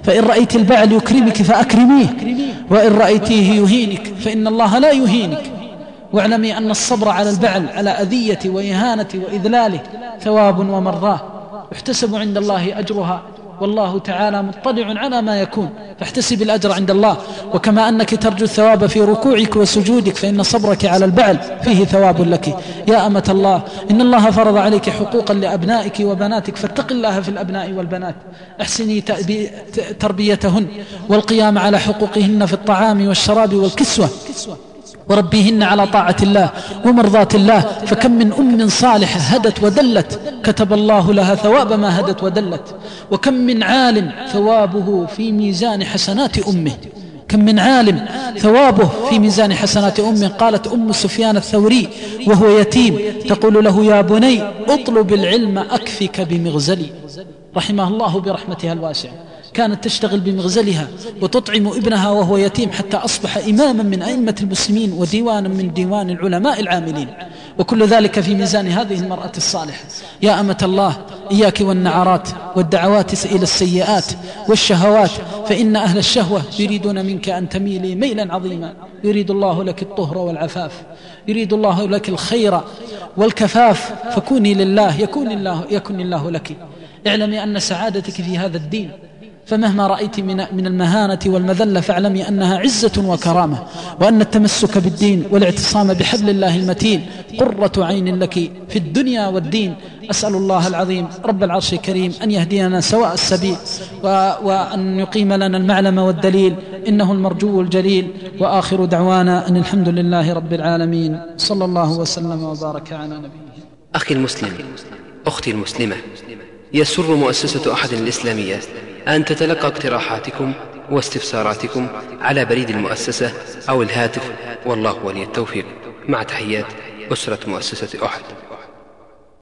فإن رأيت البعل يكرمك فأكرميه، وإن رأيتيه يهينك فإن الله لا يهينك. واعلمي أن الصبر على البعل، على أذية وإهانة وإذلاله، ثواب ومرضاه، يحتسب عند الله أجرها، والله تعالى مطلع على ما يكون، فاحتسب الأجر عند الله. وكما أنك ترجو الثواب في ركوعك وسجودك فإن صبرك على البعل فيه ثواب لك. يا أمة الله، إن الله فرض عليك حقوقا لأبنائك وبناتك، فاتق الله في الأبناء والبنات، احسني تربيتهن والقيام على حقوقهن في الطعام والشراب والكسوة، وربيهن على طاعة الله ومرضاة الله. فكم من أم صالحة هدت ودلت كتب الله لها ثواب ما هدت ودلت، وكم من عالم ثوابه في ميزان حسنات أمه، كم من عالم ثوابه في ميزان حسنات أمه. قالت أم سفيان الثوري وهو يتيم تقول له: يا بني اطلب العلم أكفك بمغزلي. رحمه الله برحمتها الواسعة، كانت تشتغل بمغزلها وتطعم ابنها وهو يتيم حتى أصبح إماما من أئمة المسلمين وديوانا من ديوان العلماء العاملين، وكل ذلك في ميزان هذه المرأة الصالحة. يا أمة الله، إياك والنعرات والدعوات إلى السيئات والشهوات، فإن أهل الشهوة يريدون منك أن تميلي ميلا عظيما. يريد الله لك الطهر والعفاف، يريد الله لك الخير والكفاف، فكوني لله يكون الله, يكون الله لك. اعلمي أن سعادتك في هذا الدين، فمهما رأيت من من المهانة والمذلة فاعلمي أنها عزة وكرامة، وأن التمسك بالدين والاعتصام بحبل الله المتين قرة عين لك في الدنيا والدين. أسأل الله العظيم رب العرش الكريم أن يهدينا سواء السبيل، وأن يقيم لنا المعلم والدليل، إنه المرجو الجليل. وآخر دعوانا أن الحمد لله رب العالمين، صلى الله وسلم وبارك على نبيه. أخي المسلم، أختي المسلمة، يسر مؤسسة أحد الإسلامية أن تتلقى اقتراحاتكم واستفساراتكم على بريد المؤسسة أو الهاتف، والله ولي التوفيق. مع تحيات أسرة مؤسسة أحد.